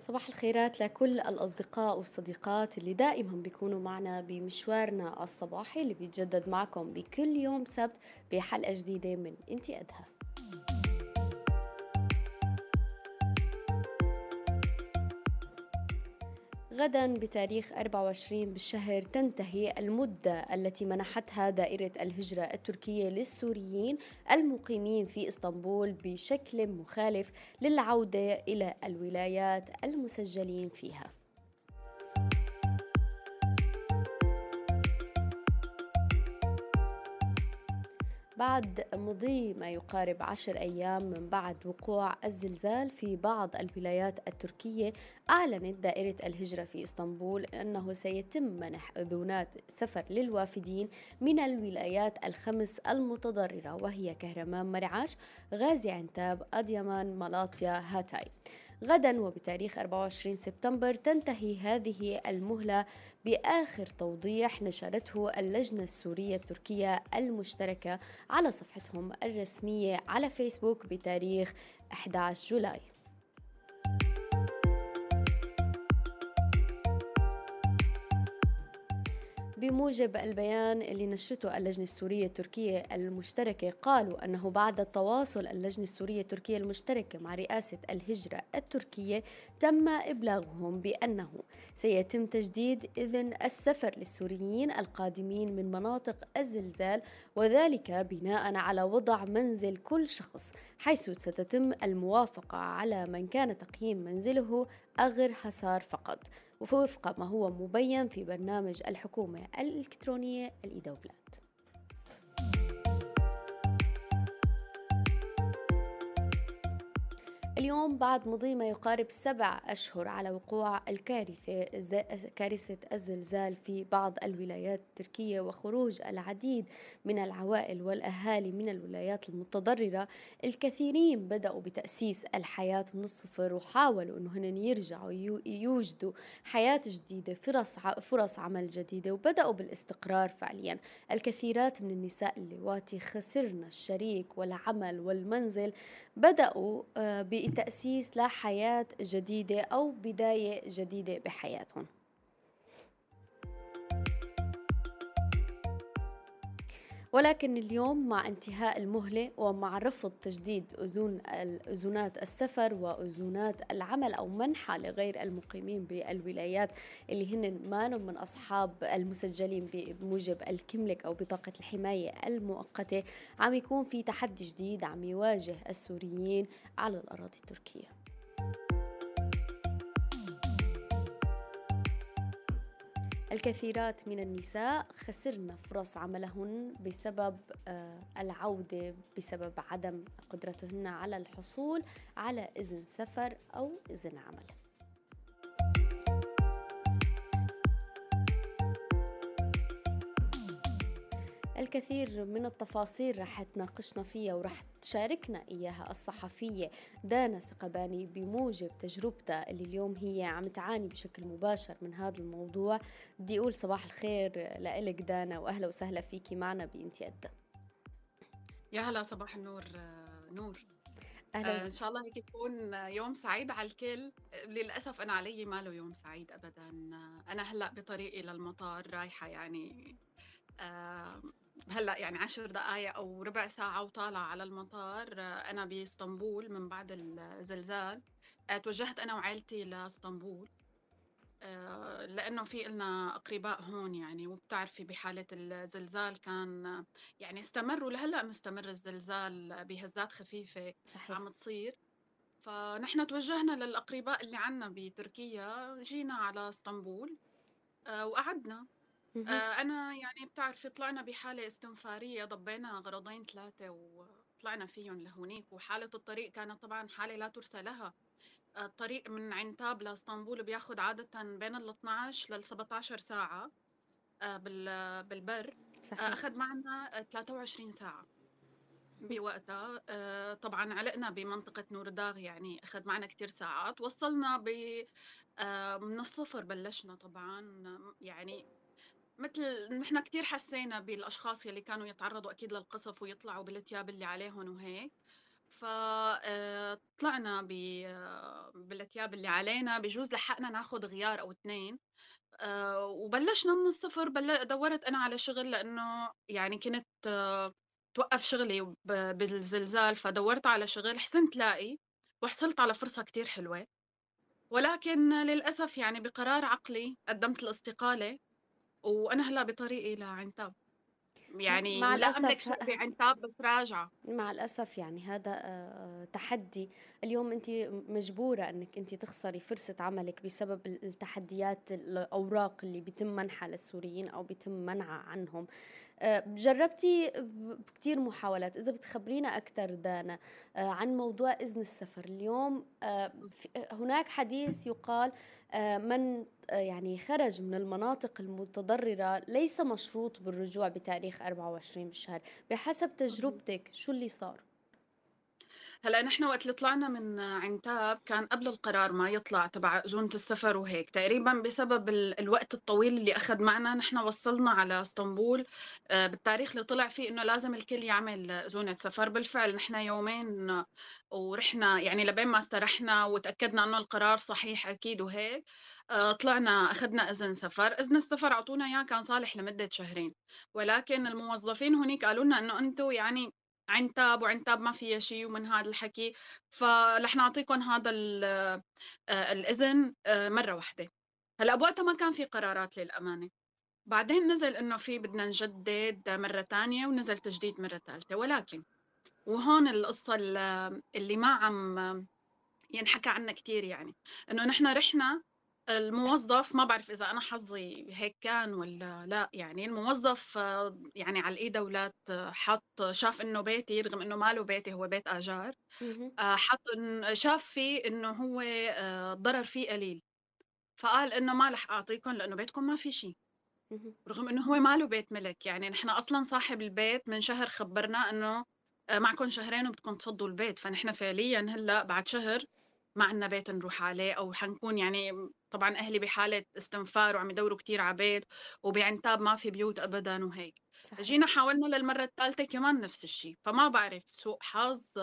صباح الخيرات لكل الأصدقاء والصديقات اللي دائما بيكونوا معنا بمشوارنا الصباحي اللي بيتجدد معكم بكل يوم سبت بحلقة جديدة من انتي أدهى. غدا بتاريخ 24 بالشهر تنتهي المدة التي منحتها دائرة الهجرة التركية للسوريين المقيمين في إسطنبول بشكل مخالف للعودة إلى الولايات المسجلين فيها. بعد مضي ما يقارب 10 أيام من بعد وقوع الزلزال في بعض الولايات التركية، أعلنت دائرة الهجرة في إسطنبول أنه سيتم منح أذونات سفر للوافدين من الولايات الخمس المتضررة، وهي كهرمان، مرعاش، غازي عنتاب، أديمان، مالاطيا، هاتاي. غدا وبتاريخ 24 سبتمبر تنتهي هذه المهلة بآخر توضيح نشرته اللجنة السورية التركية المشتركة على صفحتهم الرسمية على فيسبوك بتاريخ 11 جولاي. بموجب البيان اللي نشرته اللجنة السورية التركية المشتركة، قالوا أنه بعد التواصل اللجنة السورية التركية المشتركة مع رئاسة الهجرة التركية تم إبلاغهم بأنه سيتم تجديد إذن السفر للسوريين القادمين من مناطق الزلزال، وذلك بناء على وضع منزل كل شخص، حيث ستتم الموافقة على من كان تقييم منزله أغر حصار فقط، وفق ما هو مبين في برنامج الحكومة الإلكترونية الإيدوبلات. اليوم بعد مضي ما يقارب 7 أشهر على وقوع كارثة الزلزال في بعض الولايات التركية وخروج العديد من العوائل والأهالي من الولايات المتضررة، الكثيرين بدأوا بتأسيس الحياة من الصفر، وحاولوا أنه هن يرجعوا يوجدوا حياة جديدة، فرص عمل جديدة، وبدأوا بالاستقرار فعليا. الكثيرات من النساء اللواتي خسرن الشريك والعمل والمنزل بدأوا بتأسيس لحياة جديدة أو بداية جديدة بحياتهم. ولكن اليوم مع انتهاء المهلة ومع رفض تجديد أذونات السفر وأذونات العمل أو منحة لغير المقيمين بالولايات اللي هن مانوا من أصحاب المسجلين بموجب الكملك أو بطاقة الحماية المؤقتة، عم يكون في تحدي جديد عم يواجه السوريين على الأراضي التركية. الكثيرات من النساء خسرن فرص عملهن بسبب العودة، بسبب عدم قدرتهن على الحصول على إذن سفر أو إذن عمل. الكثير من التفاصيل رح تناقشنا فيها ورح تشاركنا إياها الصحفية دانا سقباني بموجب تجربتها اللي اليوم هي عم تعاني بشكل مباشر من هذا الموضوع. بدي أقول صباح الخير لإلك دانا، وأهلا وسهلا فيكي معنا بإنتي أدى. يا هلا، صباح النور. نور. أهلا. إن شاء الله هيك يكون يوم سعيد على الكل. للأسف أنا علي ما له يوم سعيد أبدا. أنا هلأ بطريقي للمطار رايحة، يعني آه، هلأ يعني 10 دقايق أو ربع ساعة وطالعة على المطار. أنا بإسطنبول من بعد الزلزال. توجهت أنا وعائلتي لإسطنبول، لأنه في إلنا أقرباء هون يعني، وبتعرفي بحالة الزلزال كان يعني استمر، ولهلأ مستمر الزلزال بهزات خفيفة صحيح. عم تصير. فنحن توجهنا للأقرباء اللي عنا بتركيا، جينا على اسطنبول وقعدنا. مهم. أنا يعني بتعرفي طلعنا بحالة استنفارية، ضبينا غرضين ثلاثة وطلعنا فيهم لهونيك، وحالة الطريق كانت طبعا حالة لا ترثى لها. الطريق من عنتاب لاسطنبول بياخد عادة بين ال 12 لل 17 ساعة بالبر. صحيح. أخذ معنا 23 ساعة بوقتها. طبعا علقنا بمنطقة نورداغ، يعني أخذ معنا كتير ساعات. وصلنا من الصفر بلشنا طبعا، يعني مثل نحن كتير حسينا بالأشخاص يلي كانوا يتعرضوا أكيد للقصف ويطلعوا بالتياب اللي عليهم وهيك. فطلعنا بالثياب اللي علينا، بجوز لحقنا ناخد غيار أو اتنين. وبلشنا من الصفر. دورت أنا على شغل، لأنه يعني كنت توقف شغلي بالزلزال، فدورت على شغل، حسنت لاقي وحصلت على فرصة كتير حلوة. ولكن للأسف يعني بقرار عقلي قدمت الاستقالة، وأنا هلا بطريقي لعنتاب يعني، مع ولا أملك الأسف شيء بعنتاب بس راجعة. مع الأسف يعني هذا تحدي. اليوم أنت مجبورة أنك أنت تخسري فرصة عملك بسبب التحديات، الأوراق اللي بيتم منحها للسوريين أو بيتم منعها عنهم. جربتي كتير محاولات. إذا بتخبرينا أكثر دانا عن موضوع إذن السفر اليوم، هناك حديث يقال من يعني خرج من المناطق المتضررة ليس مشروط بالرجوع بتاريخ 24 بالشهر. بحسب تجربتك شو اللي صار؟ هلا نحن وقت اللي طلعنا من عنتاب كان قبل القرار ما يطلع تبع أذونة السفر، وهيك تقريبا بسبب الوقت الطويل اللي أخذ معنا، نحن وصلنا على اسطنبول بالتاريخ اللي طلع فيه إنه لازم الكل يعمل أذونة سفر. بالفعل نحن يومين ورحنا يعني لبين ما استرحنا وتأكدنا إنه القرار صحيح أكيد وهيك. طلعنا أخذنا إذن سفر. إذن السفر أعطونا إياه كان صالح لمدة شهرين، ولكن الموظفين هناك قالوا لنا إنه أنتم يعني عنتاب، وعنتاب ما فيها شيء ومن هذا الحكي، فرح نعطيكم هذا الإذن مرة واحدة. هلا بوقتها ما كان في قرارات للأمانة. بعدين نزل إنه في بدنا نجدد مرة تانية، ونزل تجديد مرة ثالثة. ولكن وهون القصة اللي ما عم ينحكى عنها كتير، يعني إنه نحن رحنا. الموظف ما بعرف إذا أنا حظي هيك كان ولا لا، يعني الموظف يعني على الإيد أولاد حط شاف إنه بيتي، رغم إنه ماله بيتي، هو بيت آجار. مهم. حط شاف فيه إنه هو الضرر فيه قليل، فقال إنه ما رح أعطيكم لأنه بيتكم ما في شيء، مهم. رغم إنه هو ماله بيت ملك. يعني نحن أصلا صاحب البيت من شهر خبرنا إنه معكم شهرين وبدكم تفضوا البيت، فنحن فعليا هلا بعد شهر ما عندنا بيت نروح عليه، او حنكون يعني طبعا اهلي بحاله استنفار وعم يدوروا كتير على بيت، وبعنتاب ما في بيوت ابدا وهيك. صحيح. جينا حاولنا للمره الثالثه كمان نفس الشيء، فما بعرف سوء حظ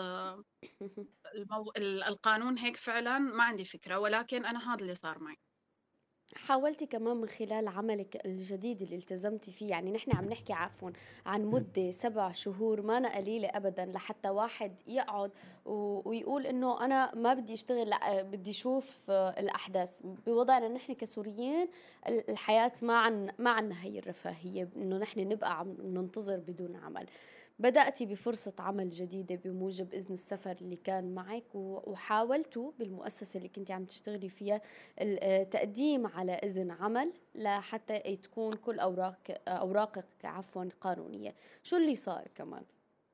القانون هيك فعلا ما عندي فكره، ولكن انا هذا اللي صار معي. حاولتي كمان من خلال عملك الجديد اللي التزمتي فيه، يعني نحن عم نحكي عفوا عن مدة 7 شهور، ما أنا قليلة أبدا لحتى واحد يقعد ويقول إنه أنا ما بدي أشتغل، لا بدي أشوف الأحداث. بوضعنا نحن كسوريين الحياة ما عنا هي الرفاهية إنه نحن نبقى عم ننتظر بدون عمل. بدأتي بفرصة عمل جديدة بموجب إذن السفر اللي كان معك، وحاولتوا بالمؤسسة اللي كنت عم تشتغلي فيها التقديم على إذن عمل لحتى تكون كل أوراقك عفوا قانونية. شو اللي صار كمان؟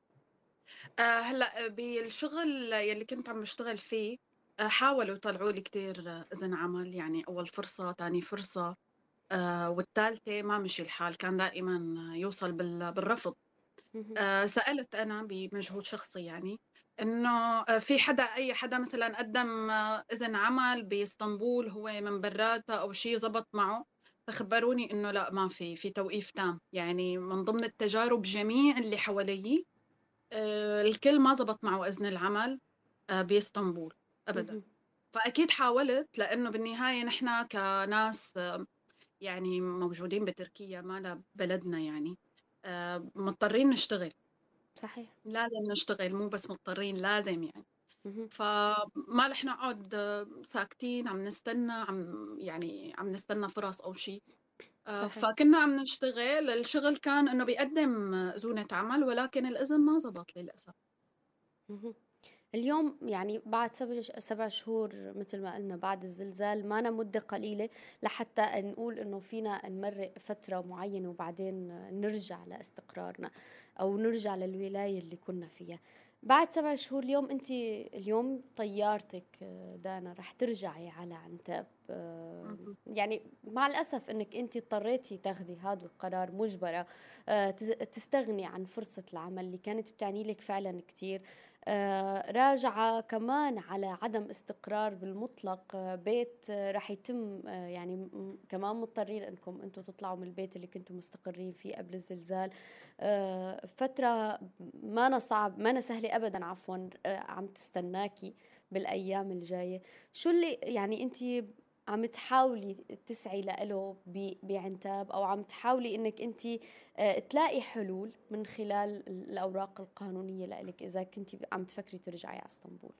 هلا بالشغل يلي كنت عم بشتغل فيه حاولوا يطلعوا لي كتير إذن عمل، يعني أول فرصة تاني فرصة والثالثة ما مشي الحال، كان دائما يوصل بالرفض. مهم. سألت أنا بمجهود شخصي يعني إنه في حدا، أي حدا مثلا قدم إذن عمل بإسطنبول هو من براتا أو شيء زبط معه، فخبروني إنه لا، ما في توقيف تام. يعني من ضمن التجارب جميع اللي حوالي الكل ما زبط معه إذن العمل بإسطنبول أبدا. مهم. فأكيد حاولت، لأنه بالنهاية نحن كناس يعني موجودين بتركيا، ما بلدنا يعني، مضطرين نشتغل. صحيح. لازم نشتغل، مو بس مضطرين، لازم يعني. مهم. فما رح نقعد ساكتين عم نستنى، يعني عم نستنى فرص أو شيء. صحيح. فكنا عم نشتغل. الشغل كان إنه بيقدم أذونة عمل، ولكن الإذن ما زبط للأسف. مهم. اليوم يعني بعد 7 شهور مثل ما قلنا بعد الزلزال، ما أنا مدة قليلة لحتى نقول إنه فينا نمرق فترة معينة وبعدين نرجع لاستقرارنا أو نرجع للولاية اللي كنا فيها. بعد 7 شهور اليوم أنت، اليوم طيارتك دانا رح ترجعي على عنتاب. مهم. يعني مع الأسف أنك أنت اضطريتي تاخدي هذا القرار مجبرة، تستغني عن فرصة العمل اللي كانت بتعني لك فعلا كتير. راجعة كمان على عدم استقرار بالمطلق، بيت رح يتم يعني كمان مضطرين انكم انتم تطلعوا من البيت اللي كنتم مستقرين فيه قبل الزلزال. فترة ما أنا سهلة ابدا، عفوا، عم تستناكي بالايام الجاية. شو اللي يعني انت عم تحاولي تسعي له بعنتاب، او عم تحاولي انك انت تلاقي حلول من خلال الأوراق القانونية لإلك إذا كنت عم تفكري ترجعي على اسطنبول؟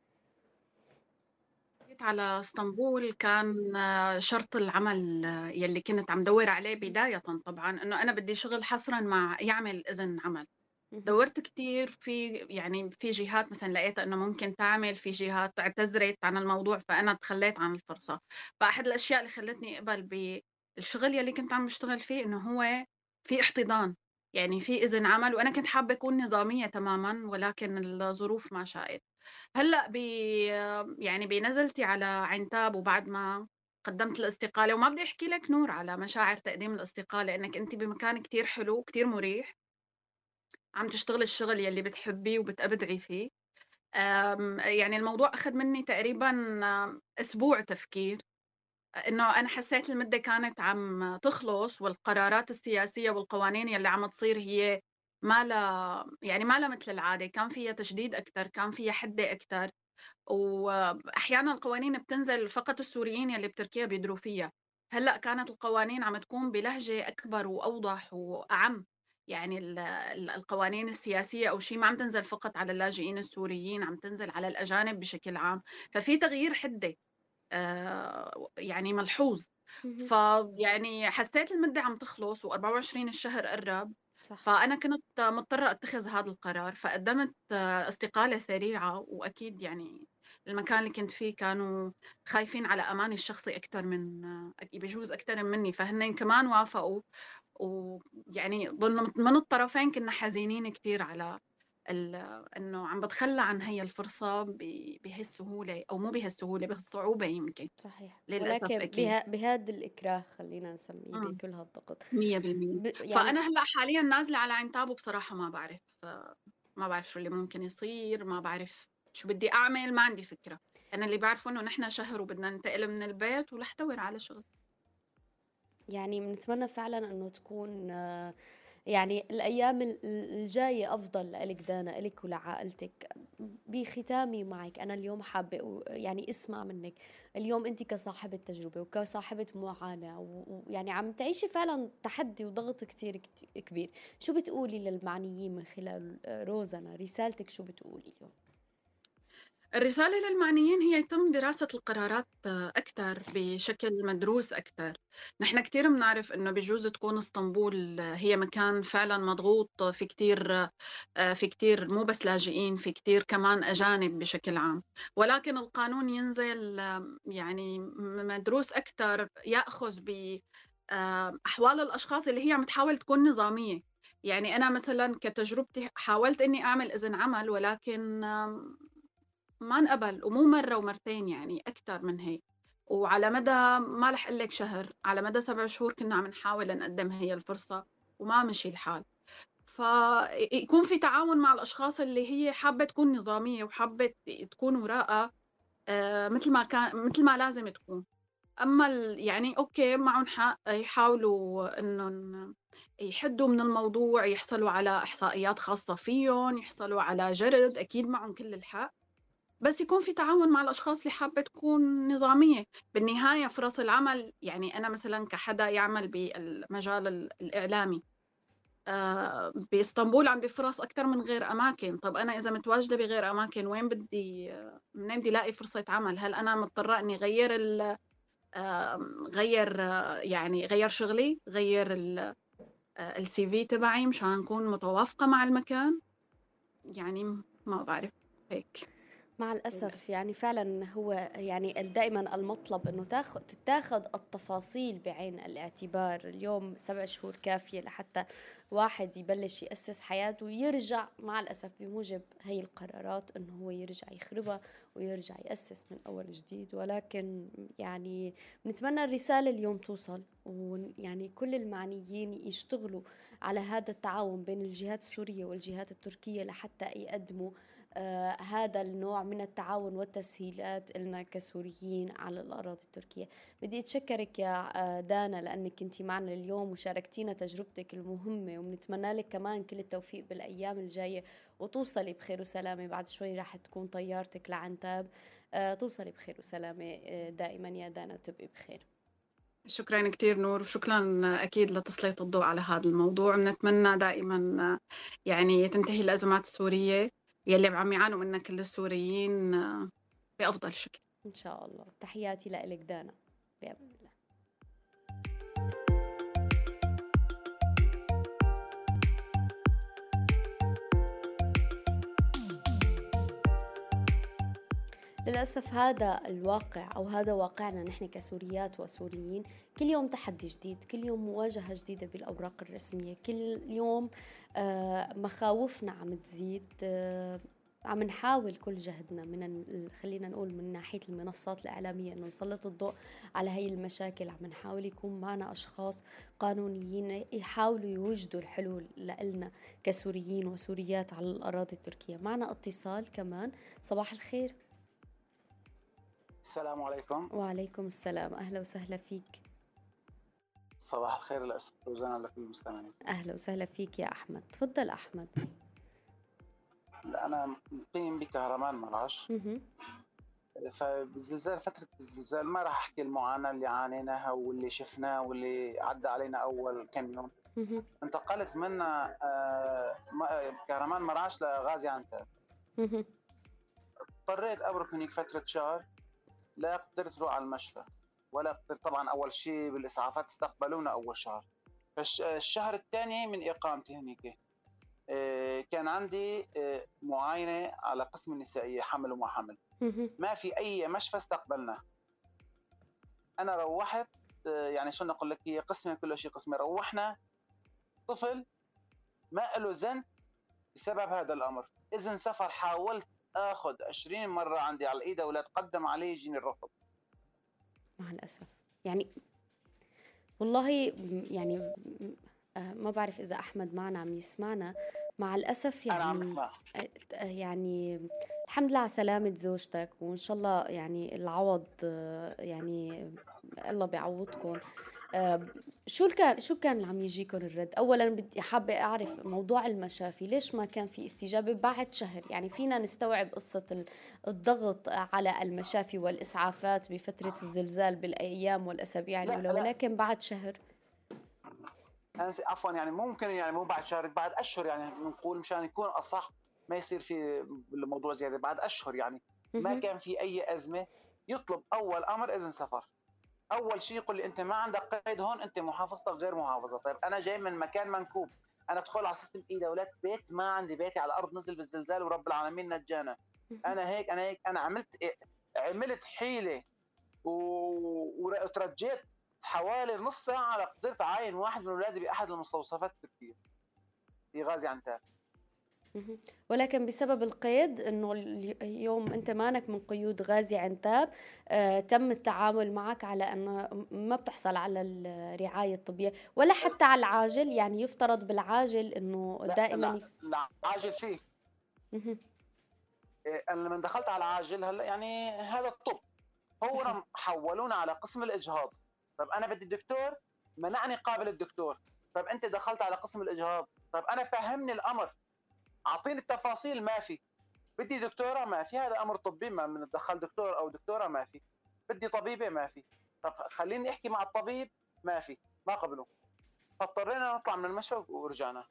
جيت على اسطنبول كان شرط العمل يلي كنت عم دور عليه بداية طبعا إنه أنا بدي شغل حصرا مع يعمل إذن عمل. دورت كتير في يعني في جهات مثلا لقيت انه ممكن تعمل، في جهات اعتذرت عن الموضوع فانا تخليت عن الفرصه. فاحد الاشياء اللي خلتني اقبل بالشغل يلي كنت عم بشتغل فيه انه هو في احتضان، يعني في اذن عمل، وانا كنت حابه اكون نظاميه تماما ولكن الظروف ما شاءت. هلا يعني بنزلتي على عنتاب وبعد ما قدمت الاستقاله، وما بدي احكي لك نور على مشاعر تقديم الاستقاله، انك انت بمكان كتير حلو كتير مريح، عم تشتغلي الشغل يلي بتحبيه وبتأبدعي فيه. يعني الموضوع أخذ مني تقريبا أسبوع تفكير، إنه أنا حسيت المدة كانت عم تخلص، والقرارات السياسية والقوانين يلي عم تصير هي ما لها مثل العادة، كان فيها تشديد أكتر، كان فيها حدة أكتر، وأحيانا القوانين بتنزل فقط السوريين يلي بتركيا بيدروا فيها. هلأ كانت القوانين عم تكون بلهجة أكبر وأوضح وأعم، يعني القوانين السياسية أو شيء ما عم تنزل فقط على اللاجئين السوريين، عم تنزل على الأجانب بشكل عام. ففي تغيير حدة يعني ملحوظ. مهم. فيعني حسيت المدة عم تخلص و24 الشهر قرب، صح. فأنا كنت مضطرة أتخذ هذا القرار، فقدمت استقالة سريعة. وأكيد يعني المكان اللي كنت فيه كانوا خايفين على أماني الشخصي أكثر بجوز أكثر مني، فهن كمان وافقوا. ويعني من الطرفين كنا حزينين كثير على انه عم بتخلى عن هي الفرصة بهالسهولة، او مو بهالسهولة، بهالصعوبة يمكن. صحيح، للأسف ولكن أكيد. بهذا الإكراه خلينا نسميه اه بكل هالضغط. 100%. يعني فأنا هلا حاليا نازلة على عنتاب، وبصراحة ما بعرف ما بعرف شو اللي ممكن يصير، ما بعرف شو بدي أعمل، ما عندي فكرة. أنا اللي بعرفه إنه نحن شهر وبدنا ننتقل من البيت ورح دور على شغل. يعني بنتمنى فعلا انه تكون يعني الأيام الجاية أفضل لإلك دانا، إلك ولعائلتك. بختامي معك أنا اليوم حابة يعني اسمع منك. اليوم أنت كصاحبة تجربة وكصاحبة معاناة ويعني عم تعيشي فعلا تحدي وضغط كتير كبير، شو بتقولي للمعنيين من خلال روزانا؟ رسالتك شو بتقولي اليوم؟ الرسالة للمعنيين هي يتم دراسة القرارات أكثر بشكل مدروس أكثر. نحن كثير بنعرف إنه بجوز تكون اسطنبول هي مكان فعلا مضغوط، في كتير مو بس لاجئين، في كتير كمان أجانب بشكل عام، ولكن القانون ينزل يعني مدروس أكثر، يأخذ بأحوال الأشخاص اللي هي عم تحاول تكون نظامية. يعني أنا مثلا كتجربتي حاولت إني أعمل إذن عمل، ولكن ما انقبل، ومو مرة ومرتين، يعني أكثر من هيك. وعلى مدى ما رح أقول لك شهر، على مدى 7 شهور كنا عم نحاول نقدم هي الفرصة وما مشي الحال. فيكون في تعاون مع الأشخاص اللي هي حابة تكون نظامية وحابة تكون وراءها مثل ما كان، مثل ما لازم تكون. أما يعني أوكي معهم حق يحاولوا إنهم يحدوا من الموضوع، يحصلوا على إحصائيات خاصة فيهم، يحصلوا على جرد، أكيد معهم كل الحق، بس يكون في تعاون مع الأشخاص اللي حابة تكون نظامية. بالنهاية فرص العمل، يعني أنا مثلا كحدا يعمل بالمجال الإعلامي بإسطنبول عندي فرص أكثر من غير أماكن. طب أنا إذا متواجدة بغير أماكن وين بدي منين بدي لاقي فرصة عمل؟ هل أنا مضطرة إني غير غير يعني غير شغلي، غير السي في تبعي مشان أكون متوافقة مع المكان؟ يعني ما بعرف هيك. مع الأسف يعني فعلا هو يعني دائما المطلب أنه تتاخذ التفاصيل بعين الاعتبار. اليوم 7 شهور كافية لحتى واحد يبلش يأسس حياته ويرجع مع الأسف بموجب هي القرارات إنه هو يرجع يخربها ويرجع يأسس من أول جديد. ولكن يعني بنتمنى الرسالة اليوم توصل، ويعني كل المعنيين يشتغلوا على هذا التعاون بين الجهات السورية والجهات التركية لحتى يقدموا هذا النوع من التعاون والتسهيلات لنا كسوريين على الأراضي التركية. بدي أتشكرك يا دانا لأنك كنتي معنا اليوم وشاركتينا تجربتك المهمة، وبنتمنى لك كمان كل التوفيق بالأيام الجاية وتوصلي بخير وسلامة. بعد شوي راح تكون طيارتك لعنتاب، توصلي بخير وسلامة دائما يا دانا وتبقي بخير. شكرا كتير نور، وشكرا أكيد لتسليط الضوء على هذا الموضوع. بنتمنى دائما يعني تنتهي الأزمات السورية يلي عم يعانوا منها كل السوريين بأفضل شكل إن شاء الله. تحياتي لك دانا، بأمان الله. للأسف هذا الواقع أو هذا واقعنا نحن كسوريات وسوريين. كل يوم تحدي جديد، كل يوم مواجهة جديدة بالأوراق الرسمية، كل يوم مخاوفنا عم تزيد. عم نحاول كل جهدنا خلينا نقول من ناحية المنصات الإعلامية إنه نسلط الضوء على هاي المشاكل. عم نحاول يكون معنا أشخاص قانونيين يحاولوا يوجدوا الحلول لنا كسوريين وسوريات على الأراضي التركية. معنا اتصال كمان. صباح الخير. السلام عليكم. وعليكم السلام، أهلا وسهلا فيك. صباح الخير لأستاذ روزانا لكل المستمعين. أهلا وسهلا فيك يا أحمد. تفضل أحمد. أنا مقيم بكهرمان مراش. فبالزلزال، فترة الزلزال ما راح أحكي المعاناة اللي عانيناها واللي شفناه واللي عدى علينا أول كم يوم. انتقلت منا كهرمان مراش لغازي عنتاب. اضطريت أبرك هناك فترة شهر، لا قدرت أروح على المشفى ولا قدرت. طبعا أول شيء بالإسعافات استقبلونا أول شهر. فالشهر الثاني من إقامتي هناك كان عندي معاينة على قسم النسائية، حمل وما حمل. ما في أي مشفى استقبلنا. أنا روحت يعني شو نقول لك، هي قسمة كل شيء قسمة. روحنا طفل ما له زن بسبب هذا الأمر. إذن سفر حاولت أخذ 20 مرة عندي على الإيد ولا تقدم علي يجيني الرفض. مع الأسف يعني والله يعني ما بعرف إذا أحمد معنا عم يسمعنا. مع الأسف يعني أنا عم بسمع. يعني الحمد لله على سلامة زوجتك، وإن شاء الله يعني العوض يعني الله بيعوضكم. شو كان اللي عم يجيكم الرد؟ اولا بدي حابه اعرف موضوع المشافي، ليش ما كان في استجابه بعد شهر؟ يعني فينا نستوعب قصه الضغط على المشافي والاسعافات بفتره الزلزال بالايام والاسابيع الاولى، ولكن بعد شهر. عفوا يعني ممكن يعني مو بعد شهر، بعد اشهر يعني بنقول مشان يكون اصح، ما يصير في الموضوع زياده. بعد اشهر يعني ما كان في اي ازمه. يطلب اول امر اذن سفر. اول شيء يقول لي انت ما عندك قيد هون، انت محافظتك غير محافظه. طيب انا جاي من مكان منكوب، انا ادخل على سيستم اي دولات، بيت ما عندي، بيتي على الارض نزل بالزلزال ورب العالمين نجانا. انا عملت حيله وترجيت حوالي نص ساعه لقدرت اعاين واحد من اولادي باحد المستوصفات التركيه في غازي عنتاب. ولكن بسبب القيد انه اليوم انت مانك من قيود غازي عنتاب، تم التعامل معك على انه ما بتحصل على الرعايه الطبيه ولا حتى على العاجل. يعني يفترض بالعاجل انه دائما لا عاجل فيه. انا لما دخلت على العاجل هلا يعني هذا الطب فورا حولونا على قسم الاجهاض. طب انا بدي الدكتور، منعني قابل الدكتور. طب انت دخلت على قسم الاجهاض، طب انا فهمني الامر، اعطيني التفاصيل. ما في. بدي دكتوره، ما في. هذا امر طبي، ما بندخل دكتور او دكتوره، ما في. بدي طبيبه، ما في. طب خليني احكي مع الطبيب، ما في، ما قبلوا. فاضطرينا نطلع من المشفى ورجعنا.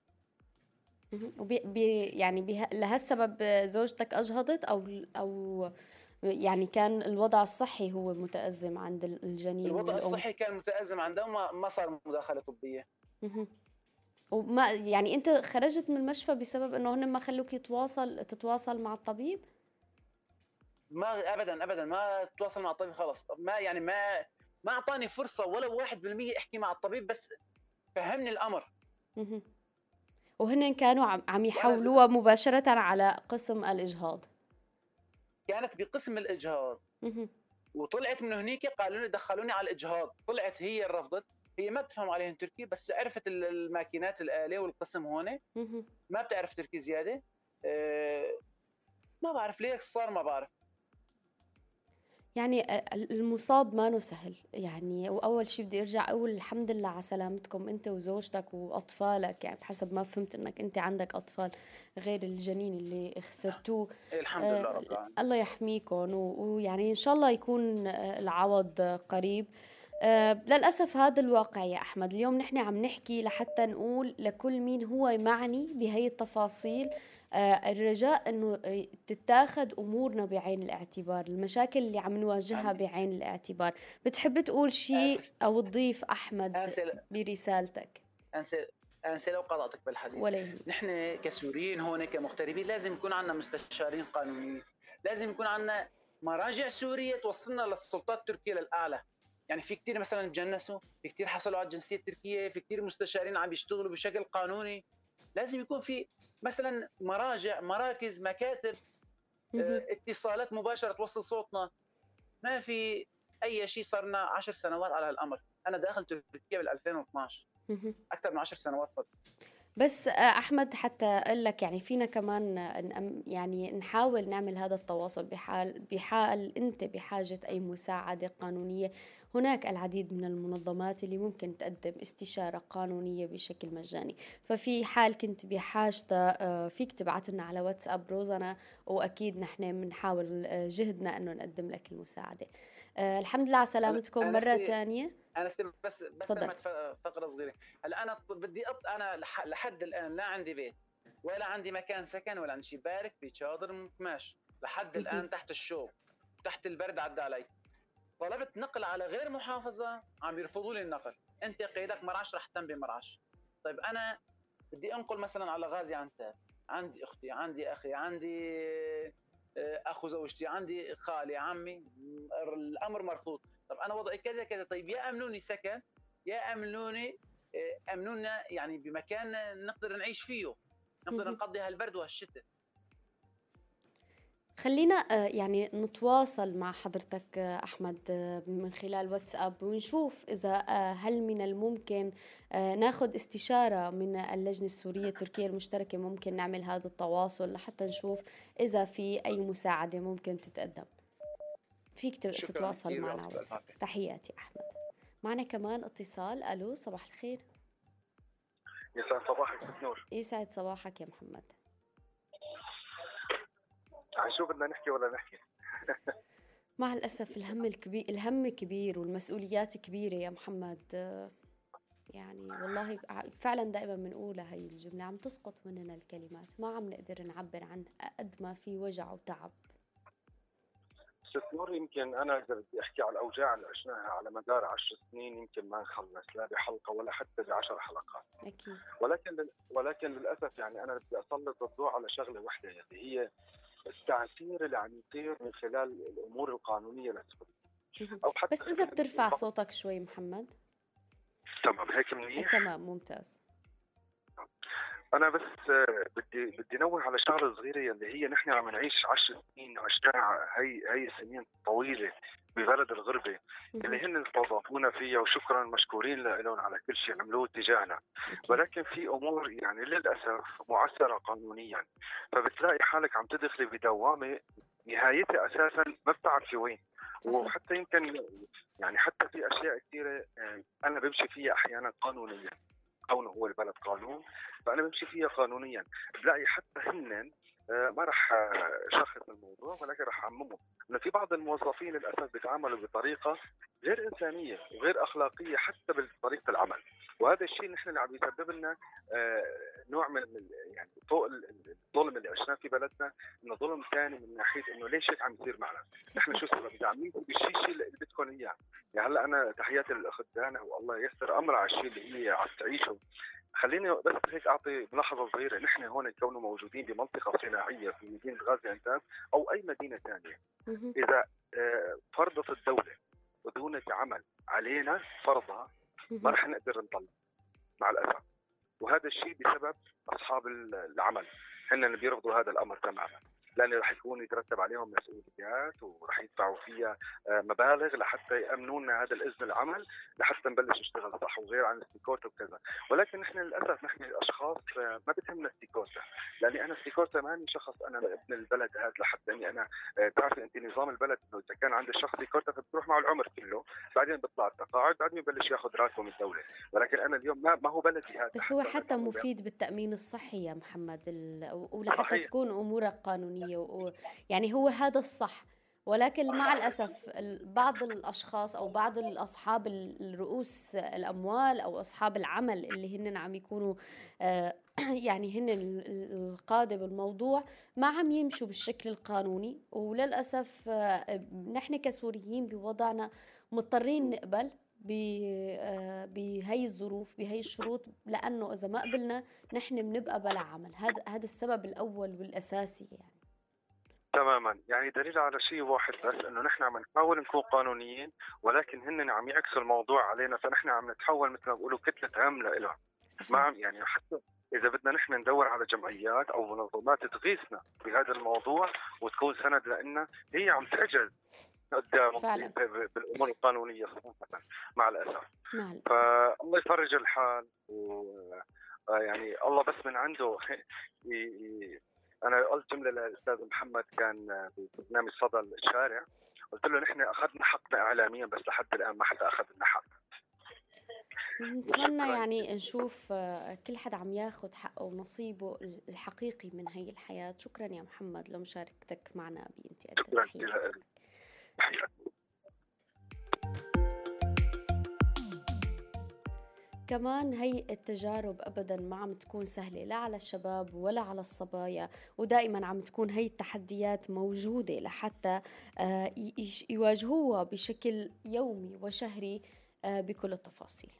يعني لهالسبب زوجتك اجهضت او يعني كان الوضع الصحي هو متأزم عند الجنين الوضع الصحي كان متأزم عندهم، ما صار مداخلة طبية. وما يعني انت خرجت من المشفى بسبب انه هن ما خلوك تتواصل مع الطبيب؟ ما ابدا ما تواصل مع الطبيب خلص. ما يعني ما اعطاني فرصة ولا 1% احكي مع الطبيب، بس فهمني الامر. مهم. وهن كانوا عم وانا يحولوها مباشرة على قسم الإجهاض. كانت بقسم الاجهاض، مهم. وطلعت من هنيك قالوا لي دخلوني على الاجهاض، طلعت هي اللي رفضت. هي ما بتفهم عليهم تركي، بس عرفت الماكينات الآلة والقسم هون، مهم. ما بتعرف تركي زياده. ما بعرف ليش صار، ما بعرف. يعني المصاب ما سهل يعني. وأول شيء بدي أرجع أقول الحمد لله على سلامتكم أنت وزوجتك وأطفالك، يعني بحسب ما فهمت أنك أنت عندك أطفال غير الجنين اللي خسرتوه. الحمد لله رب العالمين. الله يحميكم، ويعني إن شاء الله يكون العوض قريب. للأسف هذا الواقع يا أحمد. اليوم نحن عم نحكي لحتى نقول لكل مين هو معني بهي التفاصيل، الرجاء أنه تتاخد أمورنا بعين الاعتبار، المشاكل اللي عم نواجهها بعين الاعتبار. بتحب تقول شيء أو تضيف أحمد برسالتك؟ أنسى لو قطعتك بالحديث. نحن كسوريين هون كمغتربين لازم يكون عندنا مستشارين قانونيين، لازم يكون عندنا مراجع سورية توصلنا للسلطات التركية للأعلى. يعني في كتير مثلا تجنسوا، في كتير حصلوا على الجنسية التركية، في كتير مستشارين عم يشتغلوا بشكل قانوني. لازم يكون في مثلا مراجع، مراكز، مكاتب، اتصالات مباشرة توصل صوتنا. ما في أي شيء. صرنا 10 سنوات على هالأمر. أنا داخل تركيا بال 2012، أكثر من 10 سنوات صار. بس أحمد حتى أقول لك يعني فينا كمان يعني نحاول نعمل هذا التواصل بحال أنت بحاجة أي مساعدة قانونية. هناك العديد من المنظمات اللي ممكن تقدم استشارة قانونية بشكل مجاني. ففي حال كنت بحاجة فيك تبعت لنا على واتساب روزانا، وأكيد نحن بنحاول جهدنا أنه نقدم لك المساعدة. الحمد لله على سلامتكم مرة ثانية. أنا بس فقرة صغيرة. هلا أنا بدي أنا لحد الآن لا عندي بيت ولا عندي مكان سكن ولا عندي شيء، بارك بشادر قماش لحد الآن تحت الشوب، تحت البرد عدى علي. طلبت نقل على غير محافظة، عم يرفضوا لي النقل. أنت قيدك مرعش، رح تنبي مرعش. طيب أنا بدي أنقل مثلا على غازي عنتاب، عندي أختي، عندي أخي، عندي أخو زوجتي، عندي خالي، عمي، الأمر مرفوض. طب أنا وضعي كذا كذا. طيب يا أمنوني سكن، يا أمنونا يعني بمكان نقدر نعيش فيه، نقدر نقضي هالبرد وهالشتاء. خلينا يعني نتواصل مع حضرتك أحمد من خلال واتساب، ونشوف إذا هل من الممكن ناخذ استشارة من اللجنة السورية التركية المشتركة. ممكن نعمل هذا التواصل لحتى نشوف إذا في أي مساعدة ممكن تتقدم. فيك تتواصل معنا على واتساب. تحياتي أحمد. معنا كمان اتصال. ألو، صباح الخير. يسعد صباحك ست نور. يسعد صباحك يا محمد. شو بدنا نحكي ولا نحكي؟ مع الأسف الهم كبير والمسؤوليات كبيرة يا محمد. يعني والله فعلا دائما بنقولها هي الجملة، عم تسقط مننا الكلمات، ما عم نقدر نعبر عن قد ما في وجع وتعب. ست نور، يمكن أنا إذا بدي أحكي على الأوجاع اللي عشناها على مدار 10 سنين يمكن ما نخلص لا بحلقة ولا حتى ب10 حلقات. أكيد. ولكن للأسف يعني أنا بدي أسلط الضوء على شغلة واحدة، اللي هي التعسير اللي عم يصير من خلال الأمور القانونية للسوريين. أو حتى بس إذا بترفع صوتك شوي محمد. تمام هيك منيح؟ تمام ممتاز. أنا بس بدي نوه على شغلة صغيرة، اللي هي نحن عم نعيش 10 سنين عشناها، هي السنين طويلة ببلد الغربة اللي هن استضافونا فيها، وشكرا مشكورين لهم على كل شيء عملوه تجاهنا. ولكن في أمور يعني للأسف معسرة قانونيا، فبتلاقي حالك عم تدخلي بدوامة نهايتها أساسا ما بتعرفي وين. وحتى يمكن يعني حتى في أشياء كثيرة أنا بمشي فيها أحيانا قانونيا، كونه هو البلد قانون، فأنا بمشي فيها قانونيا. بلاقي حتى هن ما رح شخص الموضوع، ولكن رح أعممه إنه في بعض الموظفين للأسف بيتعاملوا بطريقة غير إنسانية وغير أخلاقية حتى بطريقة العمل. وهذا الشيء نحن اللي عم يسبب لنا نوع من يعني الظلم اللي عشناه في بلدنا، إنه ظلم ثاني من ناحية إنه ليش هيك عم يصير معنا؟ نحن شو السبب؟ داعمين بالشيء اللي بدكم إياه. يعني هلا أنا تحياتي للأخت دانا، والله ييسر أمرها على الشيء اللي هي عم تعيشه. خليني بس هيك أعطي ملاحظة صغيرة. نحن هون كونه موجودين بمنطقة صناعية في مدينة غازي عنتاب أو أي مدينة ثانية، إذا فرضت الدولة ودونة عمل علينا فرضها ما رح نقدر نطلع مع الأسف. وهذا الشيء بسبب اصحاب العمل، هن بيرفضوا هذا الامر تماما، لانه راح يكون يترتب عليهم مسؤوليات وراح يدفعوا فيها مبالغ لحتى يامنوا لنا هذا الاذن العمل لحتى نبلش نشتغل صح، وغير عن السيكورتا وكذا. ولكن نحن للاسف نحن اشخاص ما بتهمنا السيكورتا، لاني انا السيكورتا ماني شخص انا ابن البلد هذا لحتى اني انا تعرفي انت نظام البلد انه اذا كان عند الشخص سيكورتا فبتروح معه العمر كله، بعدين بيطلع التقاعد، بعدين يبلش ياخذ راتبه من الدوله. ولكن انا اليوم ما هو بلدي هذا. بس هو حتى مفيد بالتأمين الصحي يا محمد، ولحتى صحيح. تكون أمورك قانونية يعني هو هذا الصح. ولكن مع الأسف بعض الأشخاص أو بعض الأصحاب الرؤوس الأموال أو أصحاب العمل اللي هن عم يكونوا يعني هن القادة بالموضوع ما عم يمشوا بالشكل القانوني. وللأسف نحن كسوريين بوضعنا مضطرين نقبل بهي الظروف بهي الشروط، لأنه إذا ما قبلنا نحن بنبقى بلا عمل. هذا السبب الأول والأساسي يعني. تماما، يعني دليل على شيء واحد بس، انه نحن عم نحاول نكون قانونيين ولكن هن عم يعكسوا الموضوع علينا، فنحن عم نتحول مثل ما بيقولوا كتلة عملة لهم. ما عم يعني حتى اذا بدنا نحن ندور على جمعيات او منظمات تغيثنا بهذا الموضوع وتكون سند لنا، هي عم تعجز قدام بالامور القانونيه صراحه مع الاسف. فالله يفرج الحال، ويعني الله بس من عنده. أنا قلت جملة للأستاذ محمد كان ببرنامج صدى الشارع، قلت له نحن أخذنا حقنا إعلاميا بس لحد الآن ما حدا أخذ لنا حق. نتمنى يعني نشوف كل حدا عم ياخد حقه ونصيبه الحقيقي من هي الحياة. شكرا يا محمد لمشاركتك معنا بإنتي شكرا لك. كمان هي التجارب أبداً ما عم تكون سهلة لا على الشباب ولا على الصبايا، ودائماً عم تكون هي التحديات موجودة لحتى يواجهوها بشكل يومي وشهري بكل التفاصيل.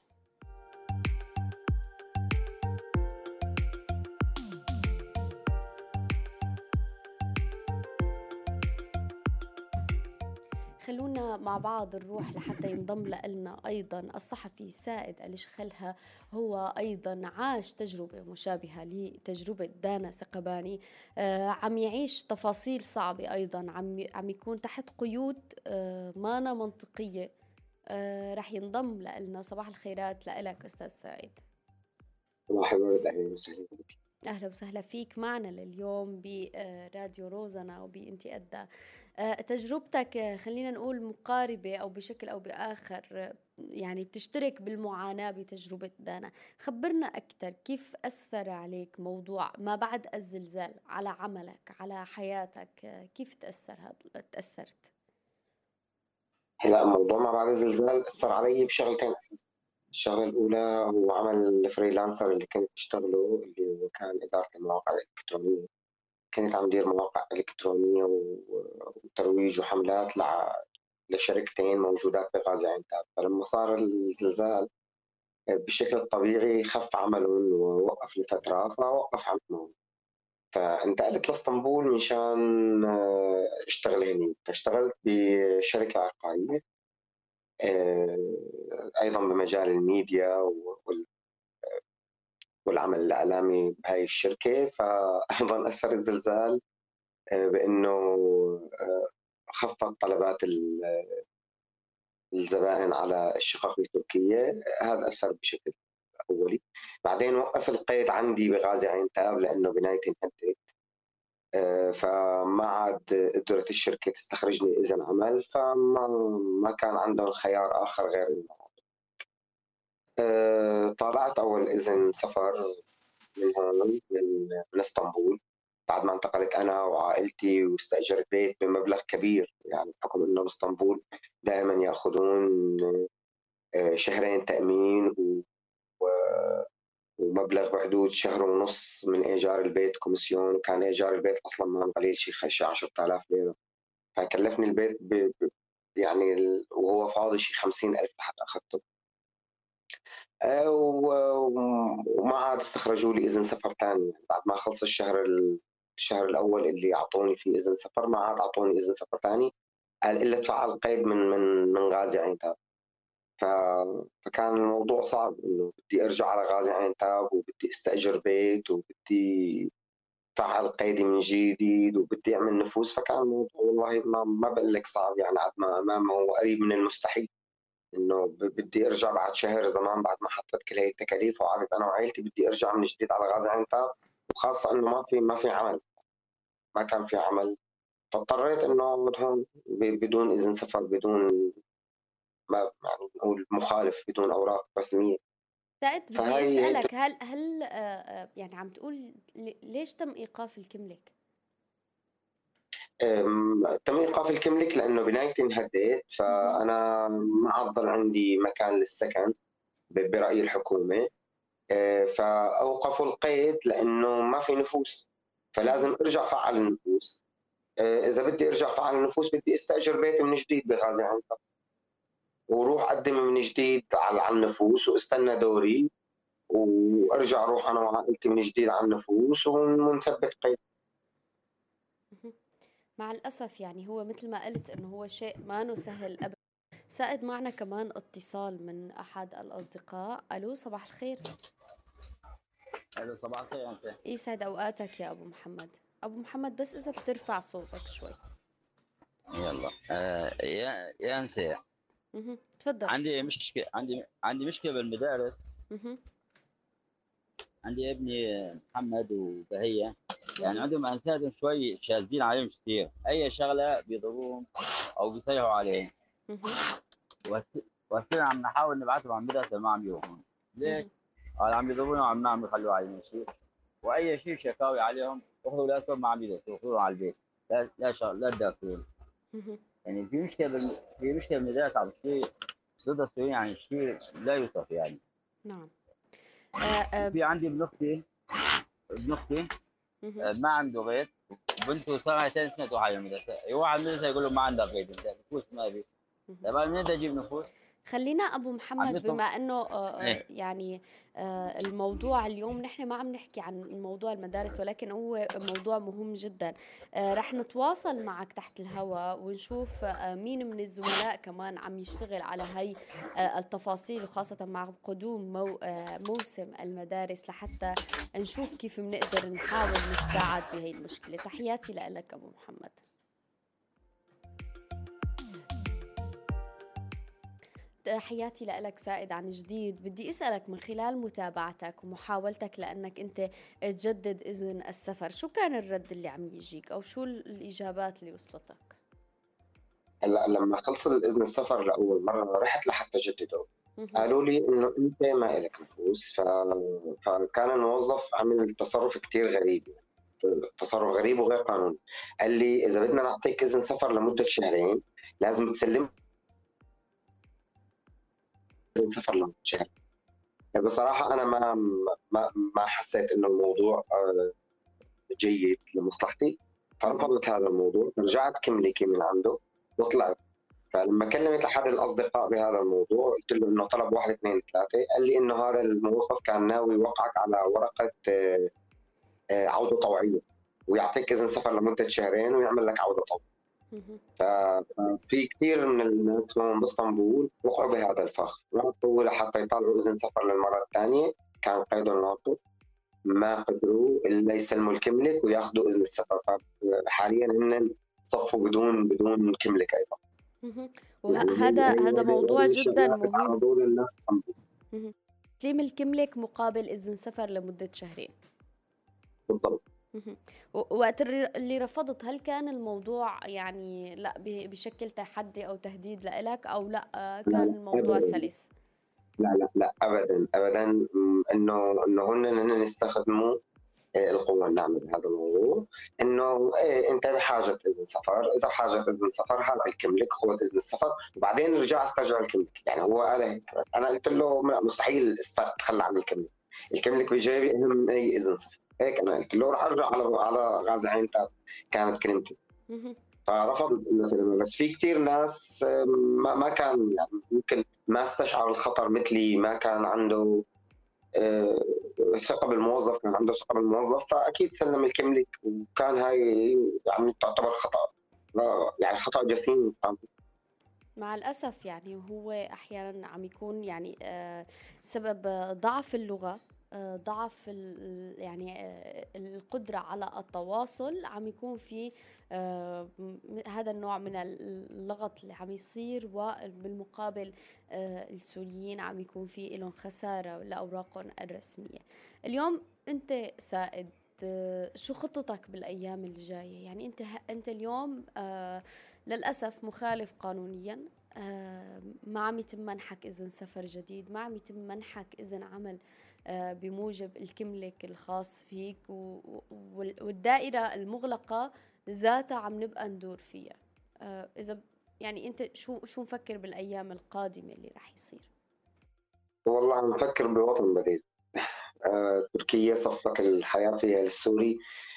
خلونا مع بعض نروح لحتى ينضم لنا أيضا الصحفي سائد الشخلها، هو أيضا عاش تجربة مشابهة لتجربة دانا سقباني، عم يعيش تفاصيل صعبة أيضا، عم يكون تحت قيود مانا منطقية. رح ينضم لنا. صباح الخيرات لك أستاذ سائد. صباح الورد، أهلا وسهلا بك. أهلا وسهلا فيك معنا لليوم براديو روزانا وبإنتي أدى. تجربتك خلينا نقول مقاربة أو بشكل أو بآخر، يعني بتشترك بالمعاناة بتجربة دانا. خبرنا أكثر كيف أثر عليك موضوع ما بعد الزلزال على عملك على حياتك، كيف تأثرت؟ هلا موضوع ما بعد الزلزال أثر علي بشغلتين أساسا. الشغلة الأولى هو عمل الفريلانسر اللي كنت أشتغله، اللي هو كان إدارة المواقع الإلكترونية. كنت عم دير مواقع إلكترونية وترويج وحملات لشركتين موجودات بغازي عنتاب. فلما صار الزلزال بالشكل الطبيعي خف عملهم ووقف لفترة، فوقف عملهم. فانتقلت لاسطنبول مشان اشتغل هني. فاشتغلت بشركة عقارية أيضا بمجال الميديا والعمل الإعلامي بهاي الشركة. فأيضا أثر الزلزال بأنه خفض طلبات الزبائن على الشقق التركية. هذا أثر بشكل أولي. بعدين وقف القيد عندي بغازي عنتاب لأنه بنايتي انهدت، فما عاد قدرت الشركة تستخرجني إذن عمل، فما كان عندهم خيار آخر غير إنه طالعت أول إذن سفر من هون من اسطنبول بعد ما انتقلت أنا وعائلتي، واستأجرت بيت بمبلغ كبير، يعني بحكم إنه باسطنبول دائما يأخذون شهرين تأمين ومبلغ بحدود شهر ونص من إيجار البيت كوميسيون. وكان إيجار البيت أصلا ما قليل، شيء 10,000 ليرة. فكلفني البيت يعني وهو فاضي شيء 50,000 لحتى أخذته. وما عاد استخرجوا لي إذن سفر تاني. يعني بعد ما خلص الشهر الأول اللي أعطوني فيه إذن سفر، ما عاد أعطوني إذن سفر تاني، قال إلا تفعل قيد من غازي عنتاب. فكان الموضوع صعب، انه بدي ارجع على غازي عنتاب وبدي استاجر بيت وبدي فعل قيدي من جديد وبدي اعمل نفوس. فكان الموضوع والله ما بقول لك صعب، يعني عاد ما هو قريب من المستحيل. انه بدي ارجع بعد شهر زمان بعد ما حطيت كل هي التكاليف وقعدت انا وعائلتي، بدي ارجع من جديد على غازي عنتاب، وخاصه انه ما في عمل، ما كان في عمل. فاضطريت انه اقعد هون بدون اذن سفر، بدون ما يعني نقول مخالف، بدون اوراق رسميه. سائد بدي فهي اسالك، هل يعني عم تقول ليش تم ايقاف الكملك؟ تم ايقاف الكملك لانه بنايتي انهدت، فانا ما عاد ضل عندي مكان للسكن براي الحكومه. فاوقفوا القيد لانه ما في نفوس، فلازم ارجع فعل النفوس. اذا بدي ارجع فعل النفوس بدي استاجر بيت من جديد بغازي عنتاب، وروح اقدم من جديد على النفوس واستنى دوري، وارجع اروح انا وعائلتي من جديد على النفوس ونثبت قيد. مع الأسف يعني هو مثل ما قلت إنه هو شيء ما سهل أبدا. سائد معنا كمان اتصال من أحد الأصدقاء. ألو صباح الخير. الو صباح الخير. انت يسعد أوقاتك يا أبو محمد. أبو محمد بس إذا بترفع صوتك شوي. يلا يا انسى. تفضل. عندي مشكله بالمدارس. عندي ابني محمد وبهية، يعني عندهم انساتهم شوي شاذين عليهم كثير، اي شغله بيضربوهم او بيصيحوا عليه. وهسه عم نحاول نبعثهم على المدرسه ما عم يروحون. ليش؟ قال عم يضربونا وعم نعم يخلوا علينا شيء، واي شيء شكاوي عليهم اخذوا اولادكم ما عم يدرسوا، اخذوهم على البيت، لا تدرسون. يعني في مشكله بالمدارس على الشيء ضد السوريين، يعني الشيء لا يوصف يعني. نعم. في عندي ابن اختي ما عنده غيط، بنته صار لها 2 سنين تروح على المدرسه، يروح على المدرسه يقول له ما عندك غيط، انت نفوس ما في. طيب من بدي اجيب نفوس؟ خلينا أبو محمد بما أنه يعني الموضوع اليوم نحن ما عم نحكي عن موضوع المدارس، ولكن هو موضوع مهم جدا. رح نتواصل معك تحت الهواء ونشوف مين من الزملاء كمان عم يشتغل على هاي التفاصيل، وخاصة مع قدوم موسم المدارس، لحتى نشوف كيف بنقدر نحاول نساعد بهاي المشكلة. تحياتي لك أبو محمد. تحياتي لك سائد. عن جديد بدي أسألك من خلال متابعتك ومحاولتك لأنك أنت تجدد إذن السفر، شو كان الرد اللي عم يجيك أو شو الإجابات اللي وصلتك؟ هلا لما خلص الإذن السفر لأول مرة رحت لحتى جدده، قالوا لي إنه أنت ما إلك نفوس. فكان الموظف عمل تصرف كتير غريب، تصرف غريب وغير قانوني. قال لي إذا بدنا نعطيك إذن سفر لمدة شهرين لازم تسلم سفر لمدة شهر. بصراحة أنا ما حسيت إنه الموضوع جيد لمصلحتي، فرفضت هذا الموضوع. رجعت كملكي من عنده وطلعت. فلما كلمت أحد الأصدقاء بهذا الموضوع قلت له إنه طلب 1 2 3، قال لي إنه هذا الموظف كان ناوي يوقعك على ورقة عودة طوعية ويعطيك إذن سفر لمدة شهرين ويعمل لك عودة طوعية. ففي كثير من الناس من اسطنبول وقعوا بهذا الفخ، راحوا لحتى يطلعوا إذن سفر للمرة الثانية، كان قيدهم ناقص، ما قدروا إلا يسلموا الكملك وياخذوا إذن السفر. حاليا هن صفوا بدون كملك أيضا. وهذا موضوع جدا مهم. تسليم الكملك مقابل إذن سفر لمدة شهرين بالضبط. وقت اللي رفضت، هل كان الموضوع يعني لا بشكل تحدي أو تهديد لإلك أو لا كان الموضوع سلس؟ لا أبدا إنه هن نستخدموا القوة الناعمة بهذا الموضوع. إنه أنت بحاجة إذن سفر، إذا بحاجة إذن سفر هات الكملك، خذ إذن السفر وبعدين رجع استرجع الكملك. يعني هو قال، أنا قلت له مستحيل أتخلى عن الكملك، الكملك بجيبي أهم من أي إذن سفر. هيك أنا قلت له رح أرجع على غازي عنتاب، كانت كلمتي. فرفض المسألة. بس في كتير ناس ما كان يعني ممكن ما استشعر الخطر مثلي، ما كان عنده ثقة بالموظف، كان عنده ثقة بالموظف، فأكيد سلم الكملك. وكان هاي يعني تعتبر خطأ، يعني خطأ جسيم. مع الأسف يعني هو أحيانا عم يكون يعني سبب ضعف اللغة، ضعف يعني القدرة على التواصل، عم يكون في هذا النوع من اللغط اللي عم يصير، وبالمقابل السوريين عم يكون في لهم خسارة لأوراقهم الرسمية. اليوم أنت سائد، شو خطتك بالأيام الجاية؟ يعني أنت اليوم للأسف مخالف قانونيا، ما عم يتم منحك إذن سفر جديد، ما عم يتم منحك إذن عمل بموجب الكملك الخاص فيك، والدائرة المغلقة ذاتها عم نبقى ندور فيها. إذا يعني أنت شو مفكر بالأيام القادمة اللي رح يصير؟ والله عم نفكر بوطن بديل. تركيا صفت الحياة فيها للسوري،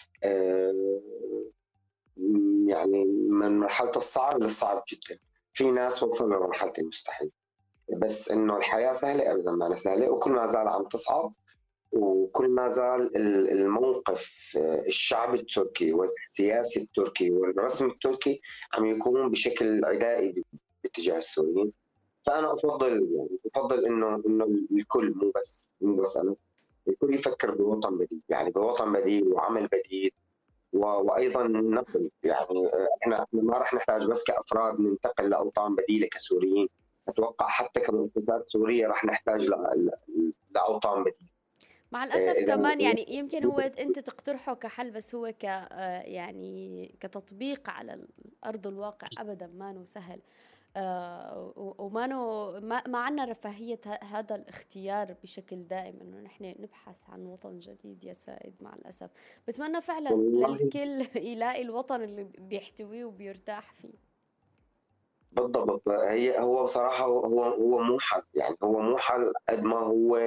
يعني من مرحلة الصعب للصعب جدا. في ناس وصلوا لمرحلة المستحيل، بس إنه الحياة سهلة أبدا ما أنا سهلة، وكل ما زال عم تصعب، وكل ما زال الموقف الشعب التركي والسياسي التركي والرسم التركي عم يكون بشكل عدائي باتجاه السوريين. فأنا أفضل إنه الكل، مو بس أنا، الكل يفكر بوطن بديل، يعني بوطن بديل وعمل بديل، وايضا نقل. يعني احنا ما راح نحتاج بس كافراد ننتقل لاوطان بديله كسوريين، اتوقع حتى كمؤسسات سوريه راح نحتاج لاوطان بديله. مع الأسف كمان يعني يمكن هو أنت تقترحه كحل، بس هو يعني كتطبيق على أرض الواقع أبدا ما سهل. ما عنا رفاهية هذا الاختيار بشكل دائم، انه نحن نبحث عن وطن جديد يا سائد. مع الأسف بتمنى فعلا للكل يلاقي الوطن اللي بيحتويه وبيرتاح فيه. بالضبط. هو بصراحة هو مو حل، يعني هو مو حل قد ما هو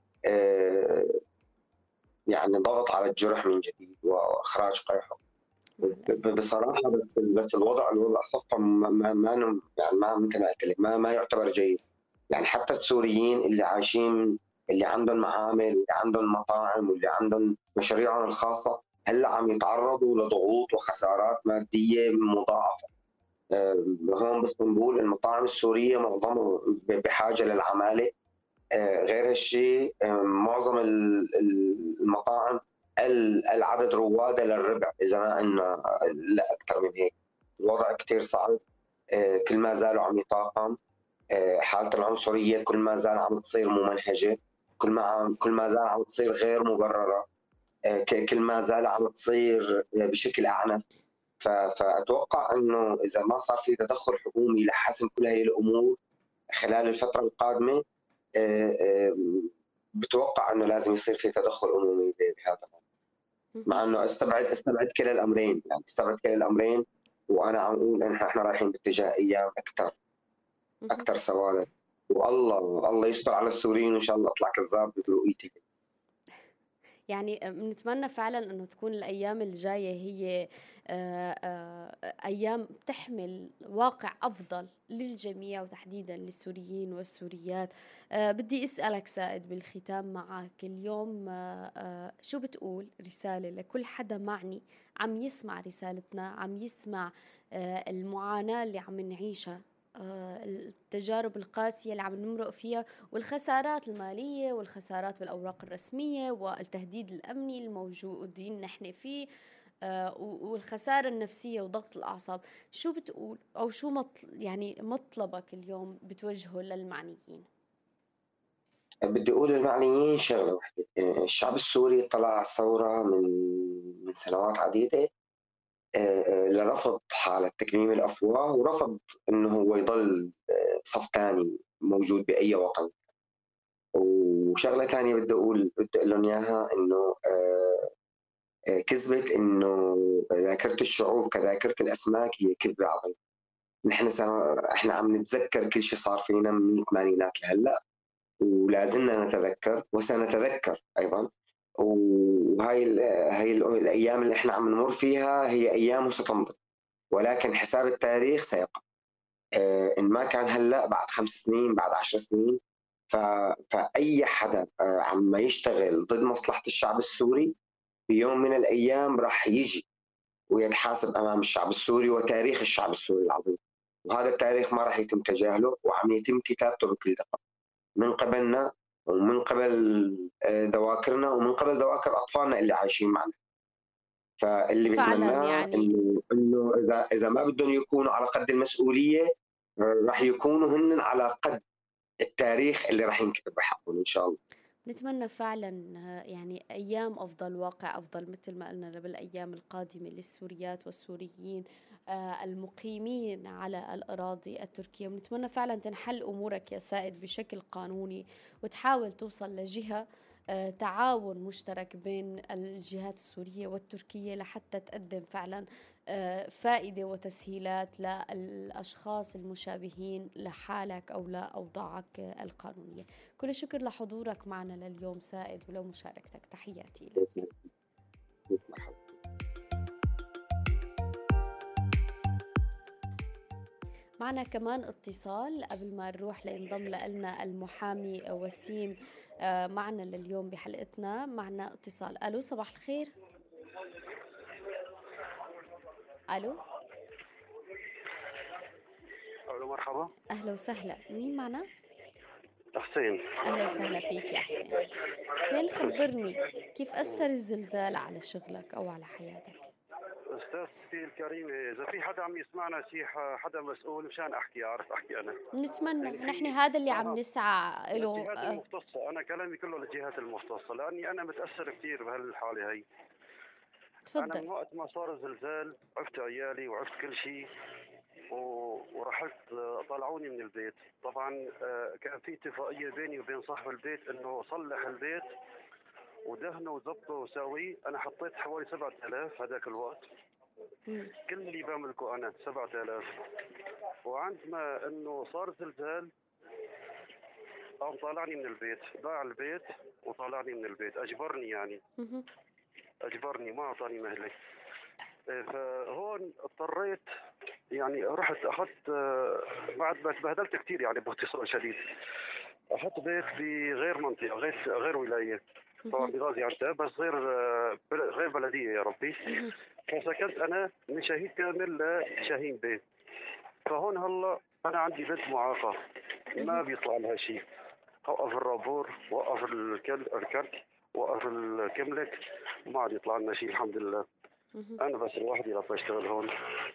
يعني ضغط على الجرح من جديد واخراج قيحه بصراحه. بس الوضع صفى ما يعني ما مثل ما قلت لك ما يعتبر جيد. يعني حتى السوريين اللي عايشين، اللي عندهم معامل واللي عندهم مطاعم واللي عندهم مشاريعهم الخاصه، هلا عم يتعرضوا لضغوط وخسارات ماديه مضاعفه. هون باسطنبول المطاعم السوريه معظمها بحاجه للعماله. غير هالشيء معظم المطاعم العدد روادة للربع إذا ما أن لا أكثر من هيك. الوضع كتير صعب. كل ما زالوا عم يطاقم. حالة العنصرية كل ما زال عم تصير ممنهجة، كل ما زال عم تصير غير مبررة، كل ما زال عم تصير بشكل أعنف. فأتوقع أنه إذا ما صار في تدخل حكومي لحسم كل هاي الأمور خلال الفترة القادمة، بتوقع انه لازم يصير في تدخل اممي بهذا الامر. مع انه استبعد كلا الامرين، يعني استبعد كلا الامرين، وانا عم اقول ان احنا رايحين باتجاه ايام اكثر سوادا. والله يستر على السوريين وان شاء الله اطلع كذاب برؤيتي. يعني بنتمنى فعلا انه تكون الايام الجايه هي ايام تحمل واقع افضل للجميع، وتحديدا للسوريين والسوريات. بدي اسالك سائد بالختام معك اليوم، شو بتقول رساله لكل حدا معني عم يسمع رسالتنا، عم يسمع المعاناه اللي عم نعيشها، التجارب القاسية اللي عم نمرق فيها، والخسارات المالية والخسارات بالأوراق الرسمية والتهديد الأمني الموجودين نحن فيه، والخسارة النفسية وضغط الأعصاب. شو بتقول أو شو يعني مطلبك اليوم بتوجهه للمعنيين؟ بدي أقول للمعنيين شغلة واحدة. الشعب السوري طلع على الثورة من سنوات عديدة لرفض حالة تكميم الأفواه، ورفض إنه هو يضل صف ثاني موجود بأي وطن. وشغلة ثانية بدي أقول لهم إياها، إنه كذبت إنه ذاكرة الشعوب كذاكرة الأسماك هي كذبة عظيمة. إحنا عم نتذكر كل شيء صار فينا من الثمانينات لهلا، ولازلنا نتذكر وسنتذكر أيضا. وهاي الأيام اللي إحنا عم نمر فيها هي أيام ستمضي، ولكن حساب التاريخ سيقع. إن ما كان هلأ، بعد 5 سنين، بعد 10 سنين. فأي حدا عم يشتغل ضد مصلحة الشعب السوري بيوم من الأيام راح يجي ويتحاسب أمام الشعب السوري وتاريخ الشعب السوري العظيم. وهذا التاريخ ما راح يتم تجاهله، وعم يتم كتابته بكل دقة من قبلنا ومن قبل ذواكرنا ومن قبل ذواكر أطفالنا اللي عايشين معنا. فاللي بتمناه يعني إنه إذا ما بدهم يكونوا على قد المسؤولية، راح يكونوا هن على قد التاريخ اللي راح ينكتب بحقهم إن شاء الله. نتمنى فعلا يعني أيام أفضل، واقع أفضل، مثل ما قلنا بالأيام القادمة للسوريات والسوريين المقيمين على الأراضي التركية. ونتمنى فعلا تنحل أمورك يا سائد بشكل قانوني، وتحاول توصل لجهة تعاون مشترك بين الجهات السورية والتركية لحتى تقدم فعلا فائدة وتسهيلات للأشخاص المشابهين لحالك أو لأوضاعك القانونية. كل الشكر لحضورك معنا لليوم سائد ولمشاركتك، تحياتي لك. معنا كمان اتصال قبل ما نروح لينضم لنا المحامي وسيم معنا لليوم بحلقتنا. معنا اتصال. ألو، صباح الخير. ألو. ألو، مرحبا. أهلا وسهلا، مين معنا؟ حسين. أهلا وسهلا فيك يا حسين. حسين، خبرني كيف أثر الزلزال على شغلك أو على حياتك؟ أستاذتي الكريمة، إذا في حدا عم يسمعنا، شي حدا مسؤول مشان أعرف أحكي أنا. نتمنى نحن هذا اللي عم نسعى له. الجهات المختصة، أنا كلامي كله للجهات المختصة، لأني أنا متأثر كثير بهالحالة هي. تفضل. أنا من وقت ما صار الزلزال عفت عيالي وعفت كل شيء، ورحلت طلعوني من البيت. طبعا كان في اتفاقية بيني وبين صاحب البيت إنه صلح البيت ودهنه وزبطه وساويه. أنا حطيت حوالي 7000 هذاك الوقت، كل اللي بملكه أنا 7000. وعندما إنه صار زلزال قام طالعني من البيت، ضاع البيت وطالعني من البيت، أجبرني يعني أجبرني، ما أعطاني مهلة. فهون اضطريت يعني رحت أخذت بعد ما تبهدلت كثير يعني باختصار شديد، أخذت بيت بغير منطقة، غير ولاية، طبعا بغازي عنتاب، بس غير بلدية يا ربي. فسكنت أنا من شهيد كامل لشاهين بيه. فهون هلا أنا عندي بنت معاقة ما بيطلع لها شيء، وقف الرابور، وقف الكرك، وقف الكملك، ما عاد يطلع لنا شيء الحمد لله. أنا بس لوحدي راح أشتغل هون.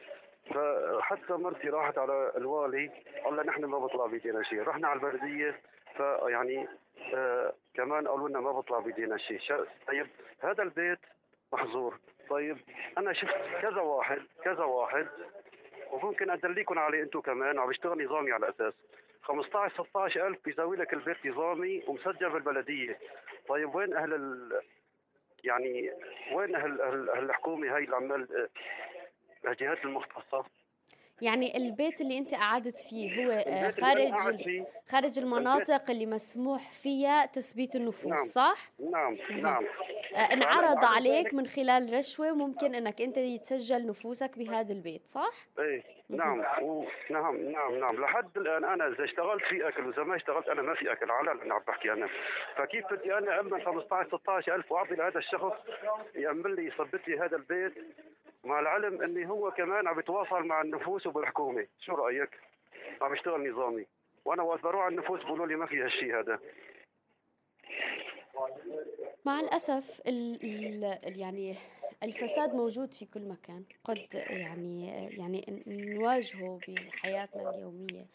فحتى مرتي راحت على الوالي، قال لها نحن ما بطلع بيدينا شيء. رحنا على البلدية، فيعني كمان قالوا لنا ما بطلع بيدينا شيء. طيب هذا البيت محظور. طيب أنا شفت كذا واحد وممكن أدليكم عليه أنتم كمان، عم بيشتغل نظامي على أساس 15-16 ألف بيساوي لك البيت نظامي ومسجل بالبلدية. طيب وين يعني وين الحكومة هاي اللي عمال الجهات المختصة؟ يعني البيت اللي انت قعدت فيه هو خارج المناطق اللي مسموح فيها تثبيت النفوس. نعم. صح؟ نعم. انعرض عليك من خلال رشوة ممكن انك انت يتسجل نفوسك بهذا البيت، صح؟ ايه نعم. نعم. لحد الان انا اذا اشتغلت في اكل واذا ما اشتغلت انا ما في اكل، على اللي عم بحكي انا. فكيف بدي انا امن 15-16 الف واعطي لهذا الشخص يامن لي يثبت لي هذا البيت، مع العلم اني هو كمان عم يتواصل مع النفوس وبالحكومه؟ شو رايك؟ عم يشتغل نظامي، وانا وقت بروح على النفوس بيقولوا لي ما في هالشيء هذا. مع الاسف يعني الفساد موجود في كل مكان، قد يعني نواجهه بحياتنا اليوميه.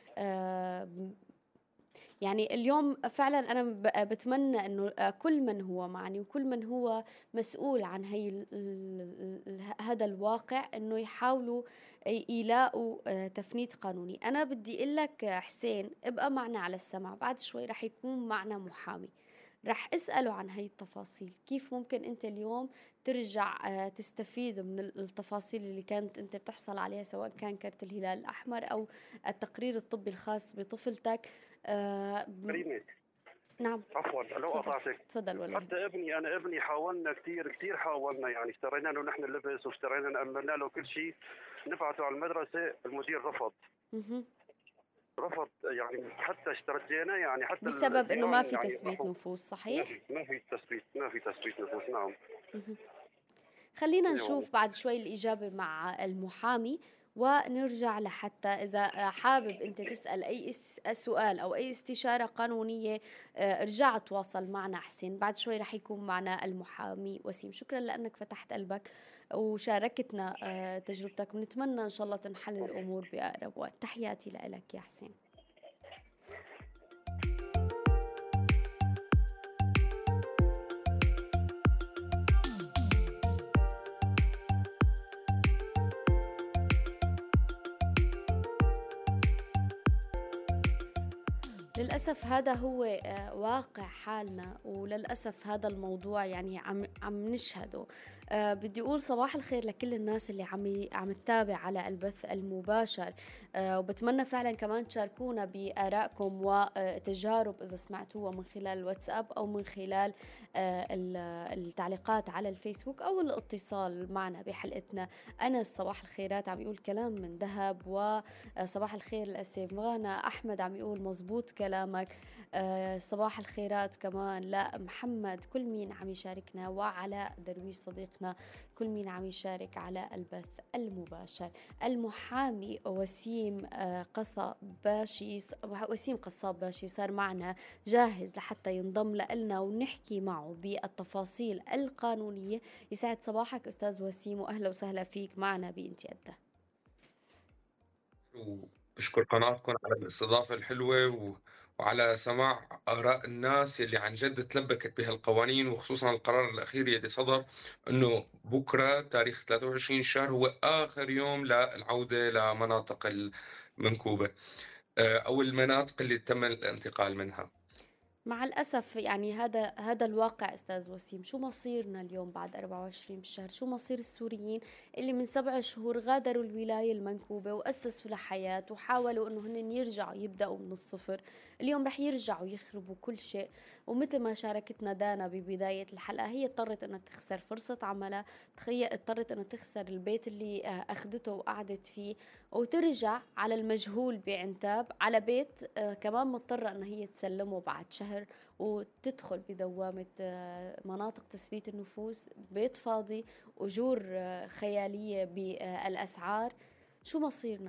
يعني اليوم فعلا أنا بتمنى أنه كل من هو معني وكل من هو مسؤول عن هذا الواقع أنه يحاولوا يلاقوا تفنيد قانوني. أنا بدي أقول لك حسين، ابقى معنا على السمع، بعد شوي رح يكون معنا محامي رح أسأله عن هاي التفاصيل، كيف ممكن أنت اليوم ترجع تستفيد من التفاصيل اللي كانت أنت بتحصل عليها، سواء كان كرت الهلال الأحمر أو التقرير الطبي الخاص بطفلتك. كريمة. نعم. عفوا لو قطعتك. تفضل. ولا حتى ابني حاولنا كثير حاولنا، يعني اشترينا له نحن اللبس واشترينا نأمرنا له كل شيء، نبعته على المدرسة، المدير رفض. يعني حتى اشترينا يعني حتى بسبب انه ما في تثبيت نفوس. صحيح؟ ما في تثبيت نفوس. نعم. خلينا نشوف بعد شوي الإجابة مع المحامي، ونرجع لحتى إذا حابب أنت تسأل أي سؤال أو أي استشارة قانونية ارجع تواصل معنا. حسين بعد شوي رح يكون معنا المحامي وسيم. شكرا لأنك فتحت قلبك وشاركتنا تجربتك، ونتمنى إن شاء الله تنحل الأمور بأقرب وقت. تحياتي لك يا حسين. للأسف هذا هو واقع حالنا، وللأسف هذا الموضوع يعني عم نشهده. بدي أقول صباح الخير لكل الناس اللي عم تتابع على البث المباشر، وبتمنى فعلا كمان تشاركونا بآرائكم وتجارب إذا سمعتوها من خلال الواتساب أو من خلال التعليقات على الفيسبوك أو الاتصال معنا بحلقتنا. أنس صباح الخيرات عم يقول كلام من ذهب، وصباح الخير لأسيف مغانا. أحمد عم يقول مزبوط كلامك. صباح الخيرات كمان لا محمد، كل مين عم يشاركنا، وعلاء درويش صديقنا، كل مين عم يشارك على البث المباشر. المحامي وسيم قصاب باشي صار معنا جاهز لحتى ينضم لنا ونحكي معه بالتفاصيل القانونية. يسعد صباحك أستاذ وسيم، وأهلا وسهلا فيك معنا بإنتي أدى. بشكر قناتكم على الاستضافة الحلوة وعلى سماع آراء الناس اللي عن جد تلبكت بهالقوانين، وخصوصا القرار الأخير اللي صدر إنه بكرة تاريخ 23 شهر هو آخر يوم للعودة لمناطق المنكوبة أو المناطق اللي تم الانتقال منها. مع الأسف يعني هذا الواقع أستاذ وسيم. شو مصيرنا اليوم بعد 24 بالشهر؟ شو مصير السوريين اللي من 7 شهور غادروا الولاية المنكوبة وأسسوا لحياة وحاولوا أنه هن يرجعوا يبدأوا من الصفر؟ اليوم رح يرجعوا يخربوا كل شيء. ومثل ما شاركتنا دانا ببداية الحلقة، هي اضطرت أنها تخسر فرصة عملها، اضطرت أنها تخسر البيت اللي أخذته وقعدت فيه، وترجع على المجهول بعنتاب على بيت كمان مضطرة أنها هي تسلمه بعد شهر، وتدخل بدوامة مناطق تثبيت النفوس، بيت فاضي، أجور خيالية بالأسعار. شو مصيرنا؟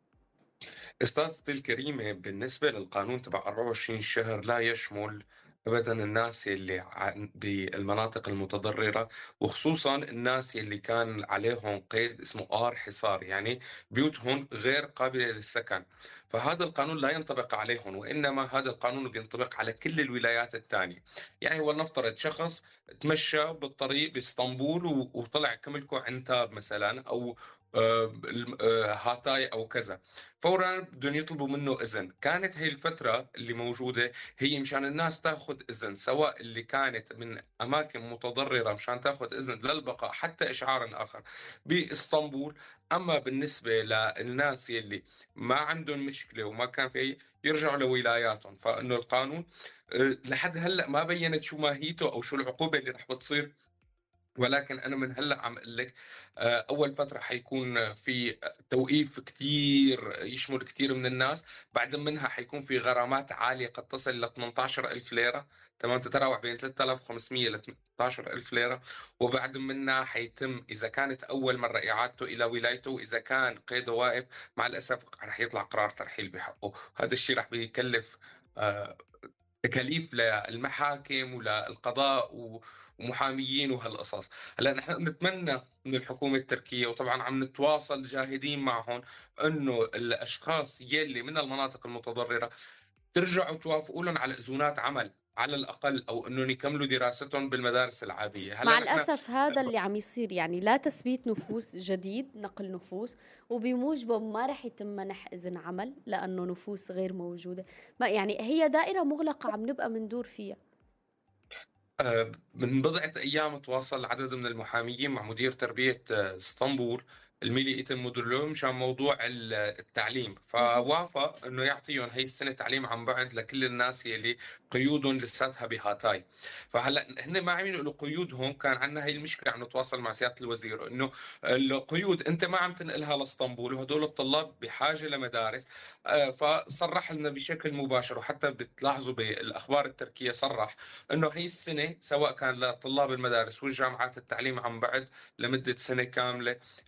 أستاذتي الكريمة، بالنسبة للقانون تبع 24 شهر لا يشمل أبدا الناس اللي بالمناطق المتضررة، وخصوصا الناس اللي كان عليهم قيد اسمه حصار، يعني بيوتهم غير قابلة للسكن. فهذا القانون لا ينطبق عليهم، وإنما هذا القانون بينطبق على كل الولايات الثانية. يعني ولنفترض شخص تمشى بالطريق باسطنبول وطلع كملكو عنتاب مثلا، أو هاتاي أو كذا، فورا بدهم يطلبوا منه إذن. كانت هي الفترة اللي موجودة هي مشان الناس تاخذ إذن، سواء اللي كانت من أماكن متضررة مشان تاخذ إذن للبقاء حتى إشعار آخر بإسطنبول. أما بالنسبة للناس اللي ما عندهم مشكلة وما كان في يرجعوا لولاياتهم، فإنه القانون لحد هلأ ما بينت شو ماهيته أو شو العقوبة اللي رح بتصير. ولكن أنا من هلأ عم أقول لك أول فترة حيكون في توقيف كتير يشمل كتير من الناس، بعد منها حيكون في غرامات عالية قد تصل ل 18,000 ليرة، تمام، تتراوح بين 3,500 ل 18,000 ليرة. وبعد منها حيتم إذا كانت أول مرة إعادته إلى ولايته، إذا كان قيده واقف مع الأسف رح يطلع قرار ترحيل بحقه. هذا الشيء رح بيكلف تكاليف للمحاكم وللقضاء ومحاميين وهالقصص. هلا نحن نتمنى من الحكومة التركية، وطبعا عم نتواصل جاهدين معهم، انه الاشخاص يلي من المناطق المتضررة ترجعوا توافقوا لهم على اذونات عمل على الأقل، أو أنهم يكملوا دراستهم بالمدارس العادية. مع الأسف هذا اللي عم يصير، يعني لا تثبيت نفوس جديد، نقل نفوس، وبموجبه ما رح يتم منح إذن عمل لأنه نفوس غير موجودة. ما يعني هي دائرة مغلقة عم نبقى مندور فيها. من بضعة أيام تواصل عدد من المحاميين مع مدير تربية اسطنبول الميلي إيتن مودرلو مشان موضوع التعليم، فوافق انه يعطيهم هي السنه تعليم عن بعد لكل الناس يلي قيودهم لساتها بهاتاي. فهلا هن ما عم ينقلوا قيودهم، كان عندنا هي المشكله، عم نتواصل مع سياده الوزير انه القيود انت ما عم تنقلها لاسطنبول، وهدول الطلاب بحاجه لمدارس. فصرح لنا بشكل مباشر، وحتى بتلاحظوا بالاخبار التركيه صرح انه هي السنه سواء كان لطلاب المدارس والجامعات التعليم عن بعد لمده سنه كامله حتكون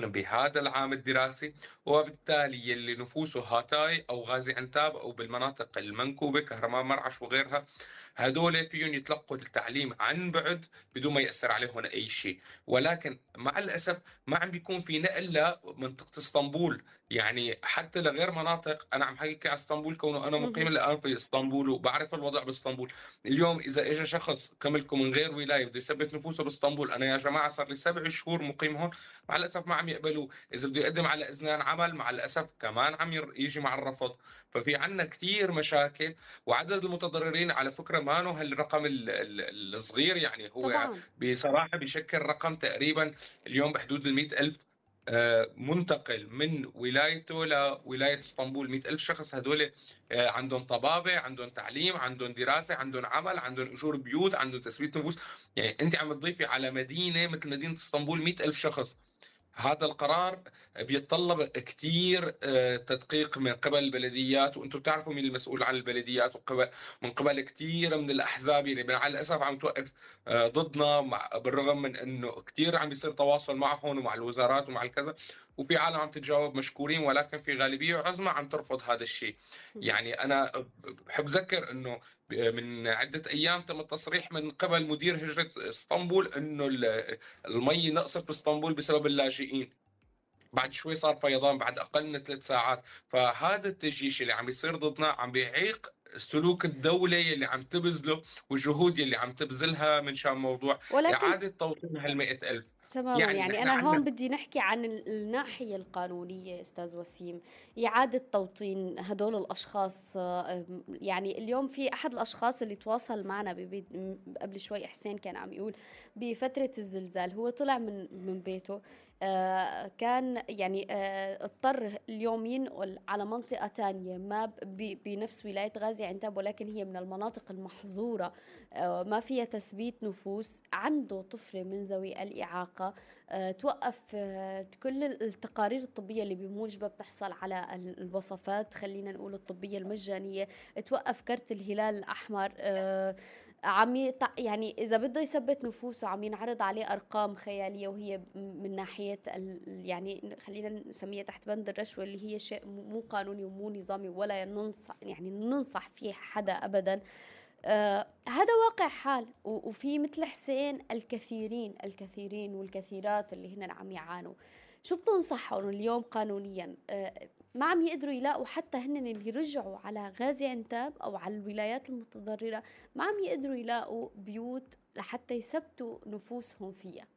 يكون بهذا العام الدراسي، وبالتالي يلي نفوسه هاتاي أو غازي عنتاب أو بالمناطق المنكوبة كهرمان مرعش وغيرها، هدول فيهم يتلقوا التعليم عن بعد بدون ما يأثر عليهم أي شيء. ولكن مع الأسف ما عم بيكون في نقل لمنطقة اسطنبول، يعني حتى لغير مناطق. أنا عم حكي على اسطنبول كونه أنا مقيم الآن في اسطنبول وبعرف الوضع باسطنبول. اليوم إذا إجا شخص كملكم من غير ولاية بده يثبت نفوسه باسطنبول، أنا يا جماعة صار لي 7 شهور مقيم هون، مع الأسف ما عم يقبلوا. إذا بده يقدم على إذنان عمل، مع الأسف كمان عم يجي مع الرفض. ففي عنا كتير مشاكل، وعدد المتضررين على فكرة ما هو هالرقم الصغير، يعني هو طبعا بصراحة بيشكل رقم تقريبا اليوم بحدود 100,000 منتقل من ولايته لولاية اسطنبول. 100,000 شخص هدول عندهم طبابة، عندهم تعليم، عندهم دراسة، عندهم عمل، عندهم أجور بيوت، عندهم تثبيت نفوس. يعني أنت عم تضيفي على مدينة مثل مدينة اسطنبول 100,000 شخص. هذا القرار بيتطلب كثير تدقيق من قبل البلديات، وانتم بتعرفوا مين المسؤول عن البلديات، من قبل كثير من الاحزاب اللي مع الاسف عم توقف ضدنا، بالرغم من انه كثير عم بيصير تواصل معهم ومع الوزارات ومع الكذا، وفي عالم عم تتجاوب مشكورين، ولكن في غالبيه عظمى عم ترفض هذا الشيء. يعني انا بحب اذكر انه من عده ايام تم التصريح من قبل مدير هجره اسطنبول انه المي نقصت باسطنبول بسبب اللاجئين. بعد شوي صار فيضان بعد اقل من 3 ساعات. فهذا التجيش اللي عم يصير ضدنا عم بيعيق سلوك الدولة اللي عم تبذله والجهود اللي عم تبذلها من شان موضوع إعادة توطين هال100,000. تماما. يعني أنا هون بدي نحكي عن الناحية القانونية أستاذ وسيم، إعادة توطين هدول الأشخاص. يعني اليوم في أحد الأشخاص اللي تواصل معنا قبل شوي، حسين، كان عم يقول بفترة الزلزال هو طلع من بيته، كان يعني اضطر اليوم ينقل على منطقة تانية ما بنفس ولاية غازي عنتاب، ولكن هي من المناطق المحظورة ما فيها تثبيت نفوس. عنده طفلة من ذوي الإعاقة، توقف كل التقارير الطبية اللي بموجبها بتحصل على الوصفات، خلينا نقول الطبية المجانية، توقف كرت الهلال الأحمر. يعني إذا بده يثبت نفوسه عم ينعرض عليه أرقام خيالية، وهي من ناحية يعني خلينا نسميها تحت بند الرشوة، اللي هي شيء مو قانوني ومو نظامي ولا ننصح فيه حدا أبدا. هذا واقع حال، وفي مثل حسين الكثيرين والكثيرات اللي هن عم يعانوا. شو بتنصحهم اليوم قانونيا؟ ما عم يقدروا يلاقوا، حتى هن اللي رجعوا على غازي عنتاب أو على الولايات المتضررة ما عم يقدروا يلاقوا بيوت لحتى يثبتوا نفوسهم فيها.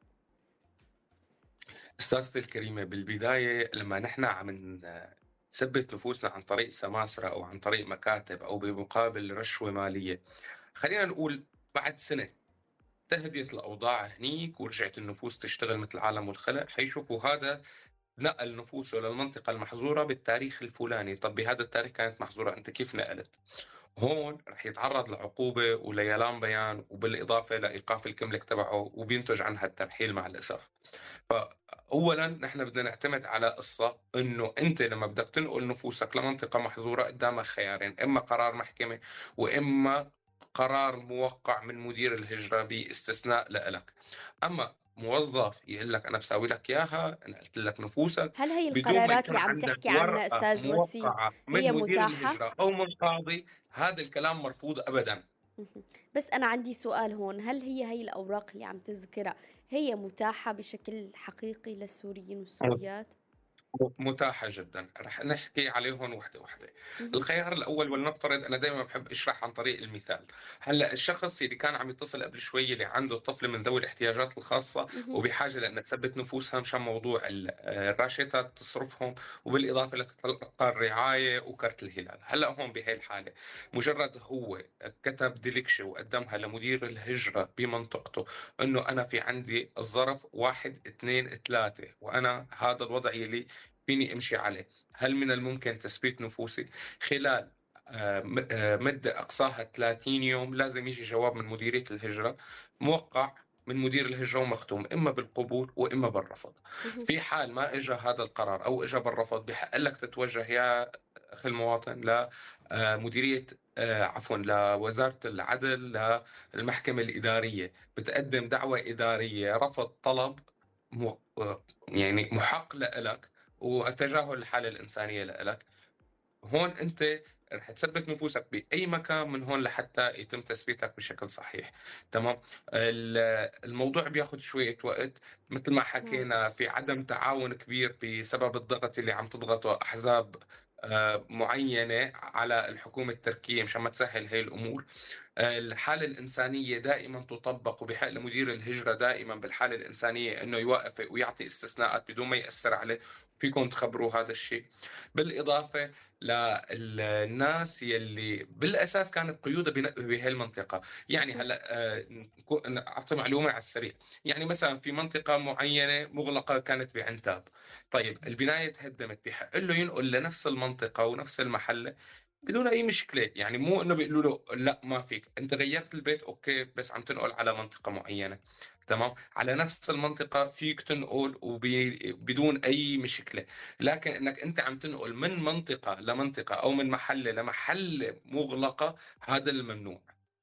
أستاذتي الكريمة، بالبداية لما نحن عم نثبت نفوسنا عن طريق سماسرة أو عن طريق مكاتب أو بمقابل رشوة مالية، خلينا نقول بعد سنة تهديت الأوضاع هنيك ورجعت النفوس تشتغل مثل العالم والخلق، حيشوفوا هذا نقل نفوسه للمنطقة المحظورة بالتاريخ الفلاني. طب بهذا التاريخ كانت محظورة، أنت كيف نقلت؟ هون رح يتعرض لعقوبة وليلان بيان، وبالإضافة لإيقاف الكملك تبعه، وبينتج عنها الترحيل مع الأسف. فأولا نحن بدنا نعتمد على قصة إنه أنت لما بدك تنقل نفوسك لمنطقة محظورة قدامك خيارين، إما قرار محكمة وإما قرار موقع من مدير الهجرة باستثناء لك. أما موظف يقول لك أنا بساوي لك إياها، نقلت لك نفوسك، هل هي القرارات اللي عم تحكي عنها أستاذ وسيم هي مدير متاحة؟ الهجرة أو من قاضي، هذا الكلام مرفوض أبدا. بس أنا عندي سؤال هون، هل هي الأوراق اللي عم تذكرها هي متاحة بشكل حقيقي للسوريين والسوريات؟ متاحة جدا، رح نحكي عليهم وحدة وحدة. الخيار الأول، ولنفترض، أنا دائما بحب أشرح عن طريق المثال. هلأ الشخص اللي كان عم يتصل قبل شوي اللي عنده طفل من ذوي الاحتياجات الخاصة وبحاجة لأن تثبت نفوسها مشان موضوع الراشدات تصرفهم، وبالإضافة لتلقى الرعاية وكرت الهلال. هلأ هون بهي الحالة مجرد هو كتب ديليكشة وقدمها لمدير الهجرة بمنطقته إنه أنا في عندي الظرف 1 2 3 وأنا هذا الوضع يلي فيني امشي عليه، هل من الممكن تثبيت نفوسي؟ خلال مدة أقصاها 30 يوم لازم يجي جواب من مديرية الهجرة موقع من مدير الهجرة ومختوم إما بالقبول وإما بالرفض. في حال ما إجا هذا القرار أو إجا بالرفض، بحق لك تتوجه يا أخي المواطن لمديرية لوزارة العدل، للمحكمة الإدارية، بتقدم دعوة إدارية رفض طلب يعني محق لك وتجاهل الحالة الإنسانية لك، هون أنت رح تثبت نفوسك بأي مكان من هون لحتى يتم تثبيتك بشكل صحيح. تمام. الموضوع بياخد شوية وقت، مثل ما حكينا في عدم تعاون كبير بسبب الضغط اللي عم تضغطه أحزاب معينة على الحكومة التركية مشان ما تسهل هاي الأمور. الحالة الإنسانية دائما تطبق، وبحق لمدير الهجرة دائما بالحالة الإنسانية أنه يوقف ويعطي استثناءات بدون ما يأثر عليه، فيكم تخبروا هذا الشيء. بالإضافة للناس يلي بالأساس كانت قيودها بهي المنطقة، يعني هلا أعطي معلومة على السريع. يعني مثلا في منطقة معينة مغلقة كانت بعنتاب، طيب البناية تهدمت، بحق له ينقل لنفس المنطقة ونفس المحل بدون اي مشكله. يعني مو انه بيقولوا له لا ما فيك، انت غيرت البيت اوكي بس عم تنقل على منطقه معينه، تمام، على نفس المنطقه فيك تنقل بدون اي مشكله. لكن انك انت عم تنقل من منطقه لمنطقه او من محل لمحل مغلقه، هذا الممنوع.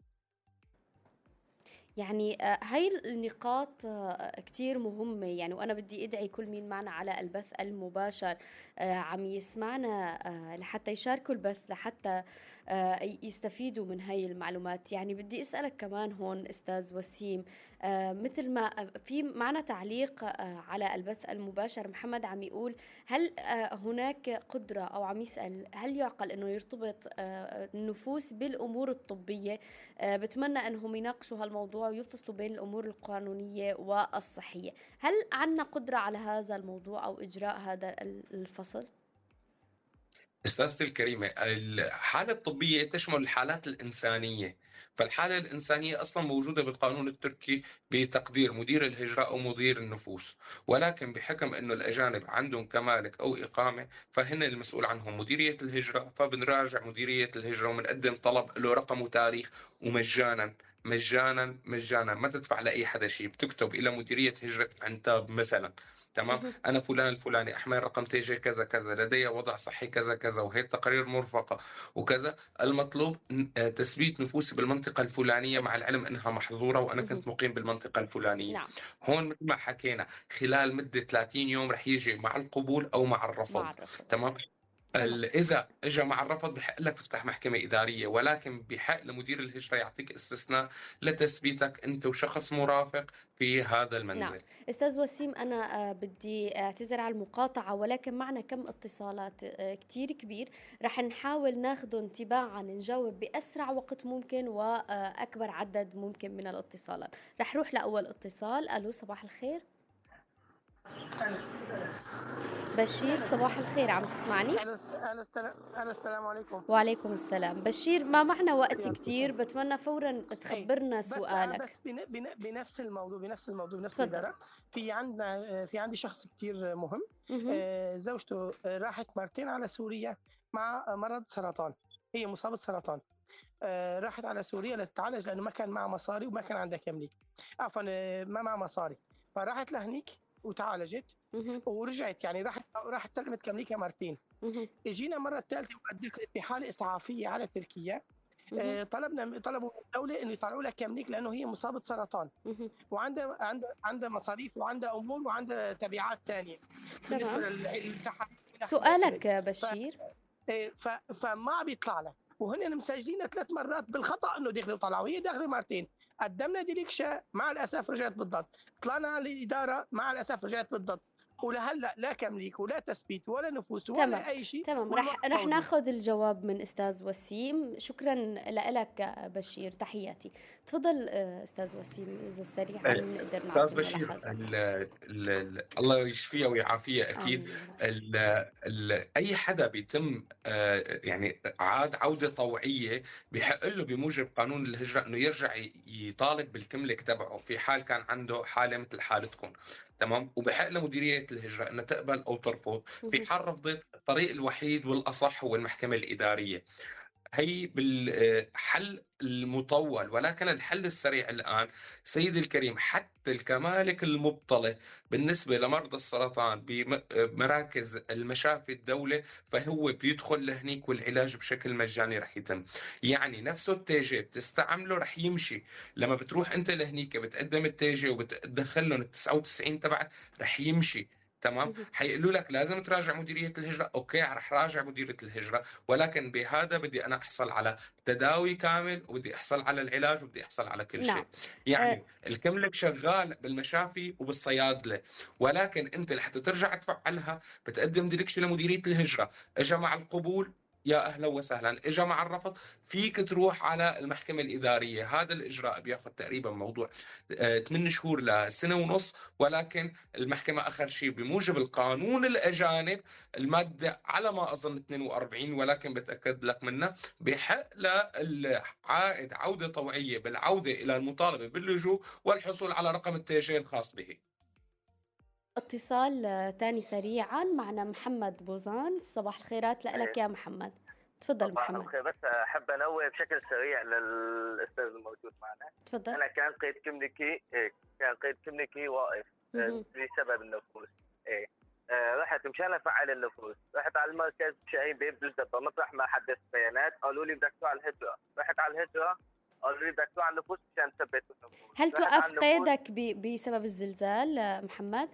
يعني هاي النقاط كتير مهمة يعني، وأنا بدي أدعي كل مين معنا على البث المباشر عم يسمعنا لحتى يشاركوا البث، لحتى يستفيدوا من هاي المعلومات. يعني بدي أسألك كمان هون أستاذ وسيم، مثل ما في معنا تعليق على البث المباشر، محمد عم يقول هل هناك قدرة، أو عم يسأل هل يعقل أنه يرتبط النفوس بالأمور الطبية؟ بتمنى أنهم يناقشوا هالموضوع ويفصلوا بين الأمور القانونية والصحية. هل عندنا قدرة على هذا الموضوع أو إجراء هذا الفصل؟ أستاذتي الكريمة، الحالة الطبية تشمل الحالات الإنسانية، فالحالة الإنسانية أصلا موجودة بالقانون التركي بتقدير مدير الهجرة أو مدير النفوس، ولكن بحكم أنه الأجانب عندهم كمالك أو إقامة فهن المسؤول عنهم مديرية الهجرة، فبنراجع مديرية الهجرة ومنقدم طلب له رقم وتاريخ، ومجانا مجانا مجانا، ما تدفع لأي حدا شيء. بتكتب إلى مديرية هجرة عنتاب مثلا، تمام، أنا فلان الفلاني أحمل رقم تي جي كذا كذا، لدي وضع صحي كذا كذا، وهي التقارير مرفقة وكذا، المطلوب تثبيت نفوسي بالمنطقة الفلانية مع العلم أنها محظورة وأنا كنت مقيم بالمنطقة الفلانية. نعم. هون مثل ما حكينا خلال مدة 30 يوم رح يجي مع القبول أو مع الرفض. تمام. إذا إجا مع الرفض بحق لك تفتح محكمة إدارية، ولكن بحق لمدير الهجرة يعطيك استثناء لتثبيتك أنت وشخص مرافق في هذا المنزل. نعم. أستاذ وسيم، أنا بدي أعتذر على المقاطعة، ولكن معنا كم اتصالات كتير كبير، رح نحاول ناخدهم تباعا نجاوب بأسرع وقت ممكن وأكبر عدد ممكن من الاتصالات. رح روح لأول اتصال. ألو، صباح الخير. بشير، صباح الخير، عم تسمعني؟ السلام عليكم. وعليكم السلام. بشير، ما معنا وقت كتير، بتمنى فورا تخبرنا سؤالك. بس بنفس الموضوع بنفس الإدارة. في عندي شخص كتير مهم. زوجته راحت مرتين على سوريا مع مرض سرطان، هي مصابة سرطان. راحت على سوريا لتتعالج لأنه ما كان معها مصاري وما كان عندها تمليك، عفوا ما معها مصاري، فراحت لهنيك وتعالجت ورجعت. يعني راحت استلمت كمليكها مرتين. اجينا مره الثالثه وقد دخلت بحاله اسعافيه على تركيا. طلبوا من الدوله انه يطلعوا لها كمليك لانه هي مصابه سرطان، وعندها مصاريف وعندها امور وعندها تبعات ثانيه بالنسبه للتحاليل. سؤالك بشير؟ فما بيطلع لها، وهن مسجلين 3 مرات بالخطا انه دخلوا وطلعوا، هي داخله مرتين. قدمنا ديليكشا، مع الاسف رجعت بالضبط. طلعنا على الاداره، مع الاسف رجعت بالضبط. ولهلا لا كمليك ولا تثبيت ولا نفوس ولا اي شيء. تمام. رح ناخذ الجواب من استاذ وسيم. شكرا لك بشير، تحياتي. تفضل استاذ وسيم، اذا سريعا نقدر استاذ بشير. الله يشفيه ويعافيه اكيد. اي حدا بيتم يعني عوده طوعيه بحق له بموجب قانون الهجره انه يرجع يطالب بالكملك تبعه في حال كان عنده حاله مثل حالتكم، تمام، وبحق لمديريه الهجره انها تقبل او ترفض. في حال رفضت الطريق الوحيد والاصح هو المحكمه الاداريه. هي بالحل المطول، ولكن الحل السريع الآن سيدي الكريم حتى الكمالك المبطلة بالنسبة لمرضى السرطان بمراكز المشافي الدولة، فهو بيدخل لهنيك والعلاج بشكل مجاني رح يتم. يعني نفسه التيجي بتستعمله رح يمشي، لما بتروح انت لهنيك بتقدم التيجي وبتدخل لهم ال 99 تبعك رح يمشي. تمام. حيقولوا لك لازم تراجع مديرية الهجرة، اوكي رح راجع مديرية الهجرة، ولكن بهذا بدي انا احصل على تداوي كامل، وبدي احصل على العلاج، وبدي احصل على كل شيء. يعني الكملك شغال بالمشافي وبالصيادلة، ولكن انت لحتى ترجع تفعلها بتقدم ديركشن لمديرية الهجرة، اجى مع القبول يا اهلا وسهلا، اجى مع الرفض فيك تروح على المحكمة الإدارية. هذا الإجراء بياخذ تقريبا موضوع 8 شهور لسنة ونص، ولكن المحكمة آخر شيء بموجب القانون الأجانب المادة على ما أظن 42، ولكن بتأكد لك منها، بحق للعائد عودة طوعية بالعودة إلى المطالبة باللجوء والحصول على رقم التيجي الخاص به. اتصال تاني سريعا معنا محمد بوزان. صباح الخيرات لك يا محمد، تفضل محمد. صباح الخير، بس احب انوه بشكل سريع للاستاذ الموجود معنا. تفضل. انا كان قيد كملكي واقف بسبب النفوس. رحت مشان افعل النفوس، رحت على المركز شاهين بيب بالضبط، مطرح ما حدثت بيانات قالوا لي بدك تروح على الهجره، رحت على الهجره قالوا لي بدك تروح على النفوس مشان تثبت النفوس. هل توقف قيدك بسبب الزلزال محمد؟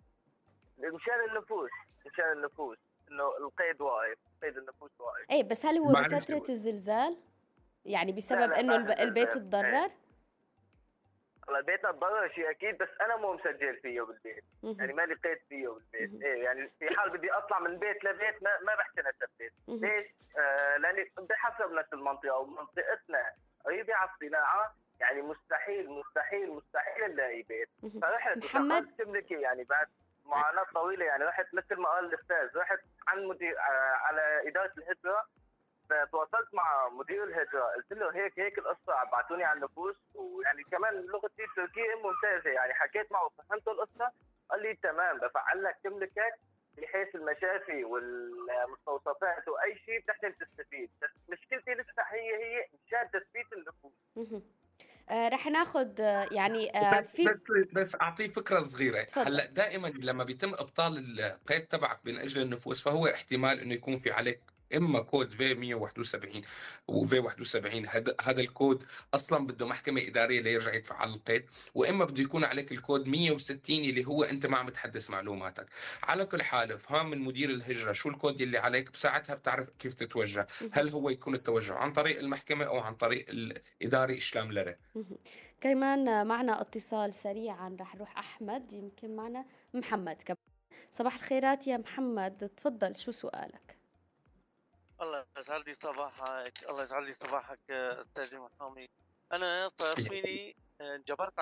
مشان النفوس انه القيد واقف، قيد النفوس واقف. اي بس هل هو بفترة الزلزال؟ يعني بسبب انه البيت تضرر؟ والله البيت تضرر شيء اكيد، بس انا مو مسجل فيه بالبيت، يعني مالي قيد فيه بالبيت. يعني في حال بدي اطلع من بيت لبيت ما بحكي اثبت. ليش؟ لاني بحسب نفس المنطقه، ومنطقتنا قريبه على الصناعه، يعني مستحيل نلاقي بيت. فرحت محمد تملكي يعني بعد معاناة طويلة، يعني رحت مثل ما قال الأستاذ، رحت عن مدير على إدارة الهجرة، فتواصلت مع مدير الهجرة قلت له هيك القصة، عبعتوني على النفوس، ويعني كمان لغتي التركية ممتازة، يعني حكيت معه وفهمته القصة، قال لي تمام بفعل لك تملكك بحيث المشافي والمستوصفات وأي شيء بتحلم تستفيد، بس مشكلتي لسه هي مشان تثبيت النفوس. رح ناخذ يعني بس اعطيه فكره صغيره. هلا دائما لما بيتم ابطال القيد تبعك من اجل النفوس، فهو احتمال انه يكون في عليك اما كود في 171 وفي 71، هذا الكود اصلا بده محكمه اداريه ليرجع يتفعل القيد، واما بده يكون عليك الكود 160 اللي هو انت ما عم تحدث معلوماتك. على كل حال افهم من مدير الهجره شو الكود اللي عليك، بساعتها بتعرف كيف تتوجه، هل هو يكون التوجه عن طريق المحكمه او عن طريق الاداري اشلام لره. كمان معنا اتصال سريعا، رح نروح احمد، يمكن معنا محمد كمان. صباح الخيرات يا محمد، تفضل شو سؤالك؟ الله يسعد لي صباحك، الله يسعد لي صباحك استاذ محامي. انا صار فيني جبرت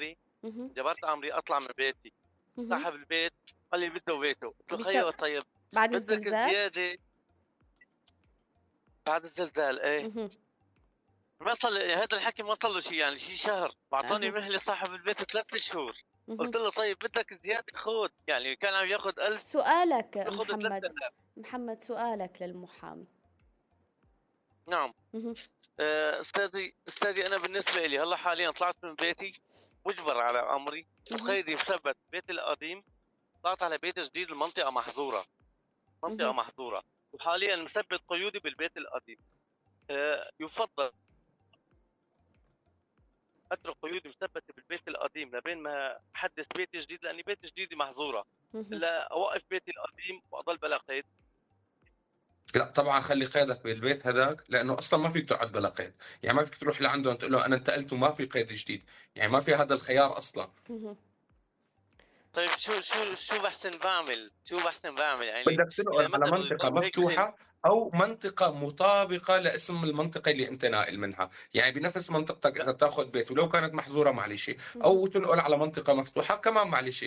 امري اطلع من بيتي. صاحب البيت قال لي بده بيته، قلت له خير طيب بعد الزلزال؟ زياده بعد الزلزال ايه. ما صار هذا الحكي، ما صار له شيء، يعني شيء شهر، بعطوني مهله صاحب البيت 3 شهور. قلت له طيب بدك زياده خذ، يعني كان عم ياخذ 1000. سؤالك محمد سؤالك للمحامي. نعم. استاذي انا بالنسبه لي هلا حاليا طلعت من بيتي مجبر على امري، قيدي مثبت بيتي القديم، طلعت على بيت جديد، المنطقه محظوره، محظوره، وحاليا مثبت قيودي بالبيت القديم. يفضل اترك قيودي مثبته بالبيت القديم لبين ما احدث بيتي جديد، لاني بيتي جديد محظوره، لا اوقف بيتي القديم واضل بلا قيد. لا طبعا خلي قيدك بالبيت هذاك، لانه اصلا ما فيك تقعد بلا قيد، يعني ما فيك تروح لعندهم تقول له انا انتقلت وما في قيد جديد، يعني ما في هذا الخيار اصلا. طيب شو بحسن بعمل؟ يعني بدك تنقل على منطقه مفتوحه او منطقه مطابقه لاسم المنطقه اللي انت ناقل منها، يعني بنفس منطقتك اذا بتاخذ بيت ولو كانت محظوره معلش، او تنقل على منطقه مفتوحه كمان معلش.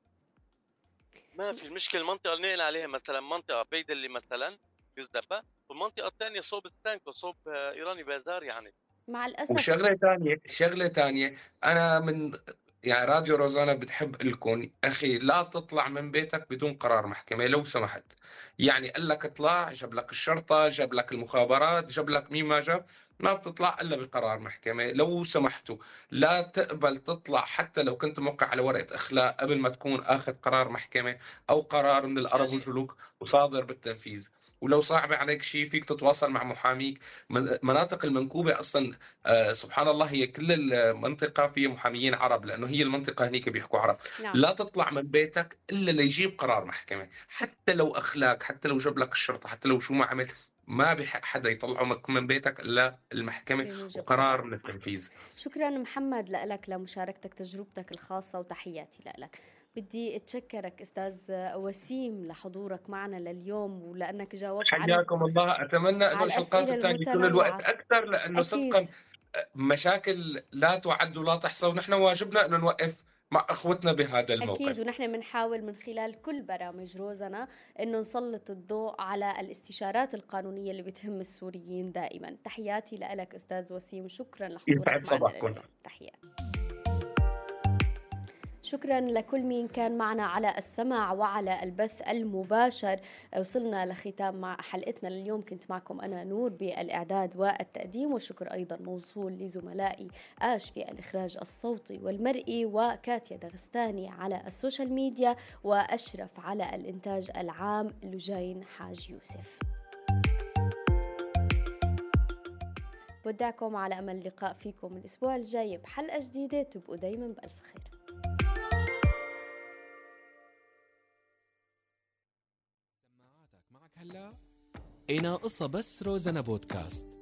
ما في المشكله. المنطقه اللي نقل عليها مثلا منطقه بيد اللي مثلا يزدفى، والمنطقه الثانيه صوب ستانك وصوب ايراني بازار، يعني مع الاسف. وشغله ثانيه انا من يعني راديو روزانا بتحب لكم أخي لا تطلع من بيتك بدون قرار محكمة لو سمحت. يعني قال لك اطلع، جاب لك الشرطة، جاب لك المخابرات، جاب لك مين ما جاب، ما بتطلع إلا بقرار محكمة لو سمحتوا. لا تقبل تطلع حتى لو كنت موقع على ورقة إخلاء قبل ما تكون أخذ قرار محكمة أو قرار من الأرب والجلوك وصادر بالتنفيذ. ولو صعب عليك شيء فيك تتواصل مع محاميك. مناطق المنكوبة أصلا سبحان الله هي كل المنطقة فيها محاميين عرب، لأنه هي المنطقة هنيك بيحكوا عرب. نعم. لا تطلع من بيتك إلا ليجيب قرار محكمة، حتى لو أخلاق، حتى لو جاب لك الشرطة، حتى لو شو ما عمل، ما بحق حدا يطلعه من بيتك إلا المحكمة وقرار من التنفيذ. شكرا محمد لك لمشاركتك تجربتك الخاصة وتحياتي لك. بدي أتشكرك أستاذ وسيم لحضورك معنا لليوم ولأنك جاوبت حياكم الله. أتمنى أنه الحلقات الثانية يكون الوقت أكثر، لأنه أكيد. صدقا مشاكل لا تعد ولا تحصى، ونحن واجبنا أنه نوقف مع أخوتنا بهذا الموقف. أكيد، ونحن بنحاول من خلال كل برامج روزانا أنه نسلط الضوء على الاستشارات القانونية اللي بتهم السوريين دائما. تحياتي لك أستاذ وسيم، شكرا لحضورك معنا. تحياتي. شكرا لكل مين كان معنا على السمع وعلى البث المباشر. وصلنا لختام مع حلقتنا لليوم. كنت معكم أنا نور بالإعداد والتقديم، والشكر أيضا موصول لزملائي آش في الإخراج الصوتي والمرئي، وكاتيا دغستاني على السوشيال ميديا، وأشرف على الإنتاج العام لجين حاج يوسف. بودعكم على أمل اللقاء فيكم الأسبوع الجاي بحلقة جديدة. تبقوا دايما بألف خير. هلا إنا قصة بس روزانا بودكاست.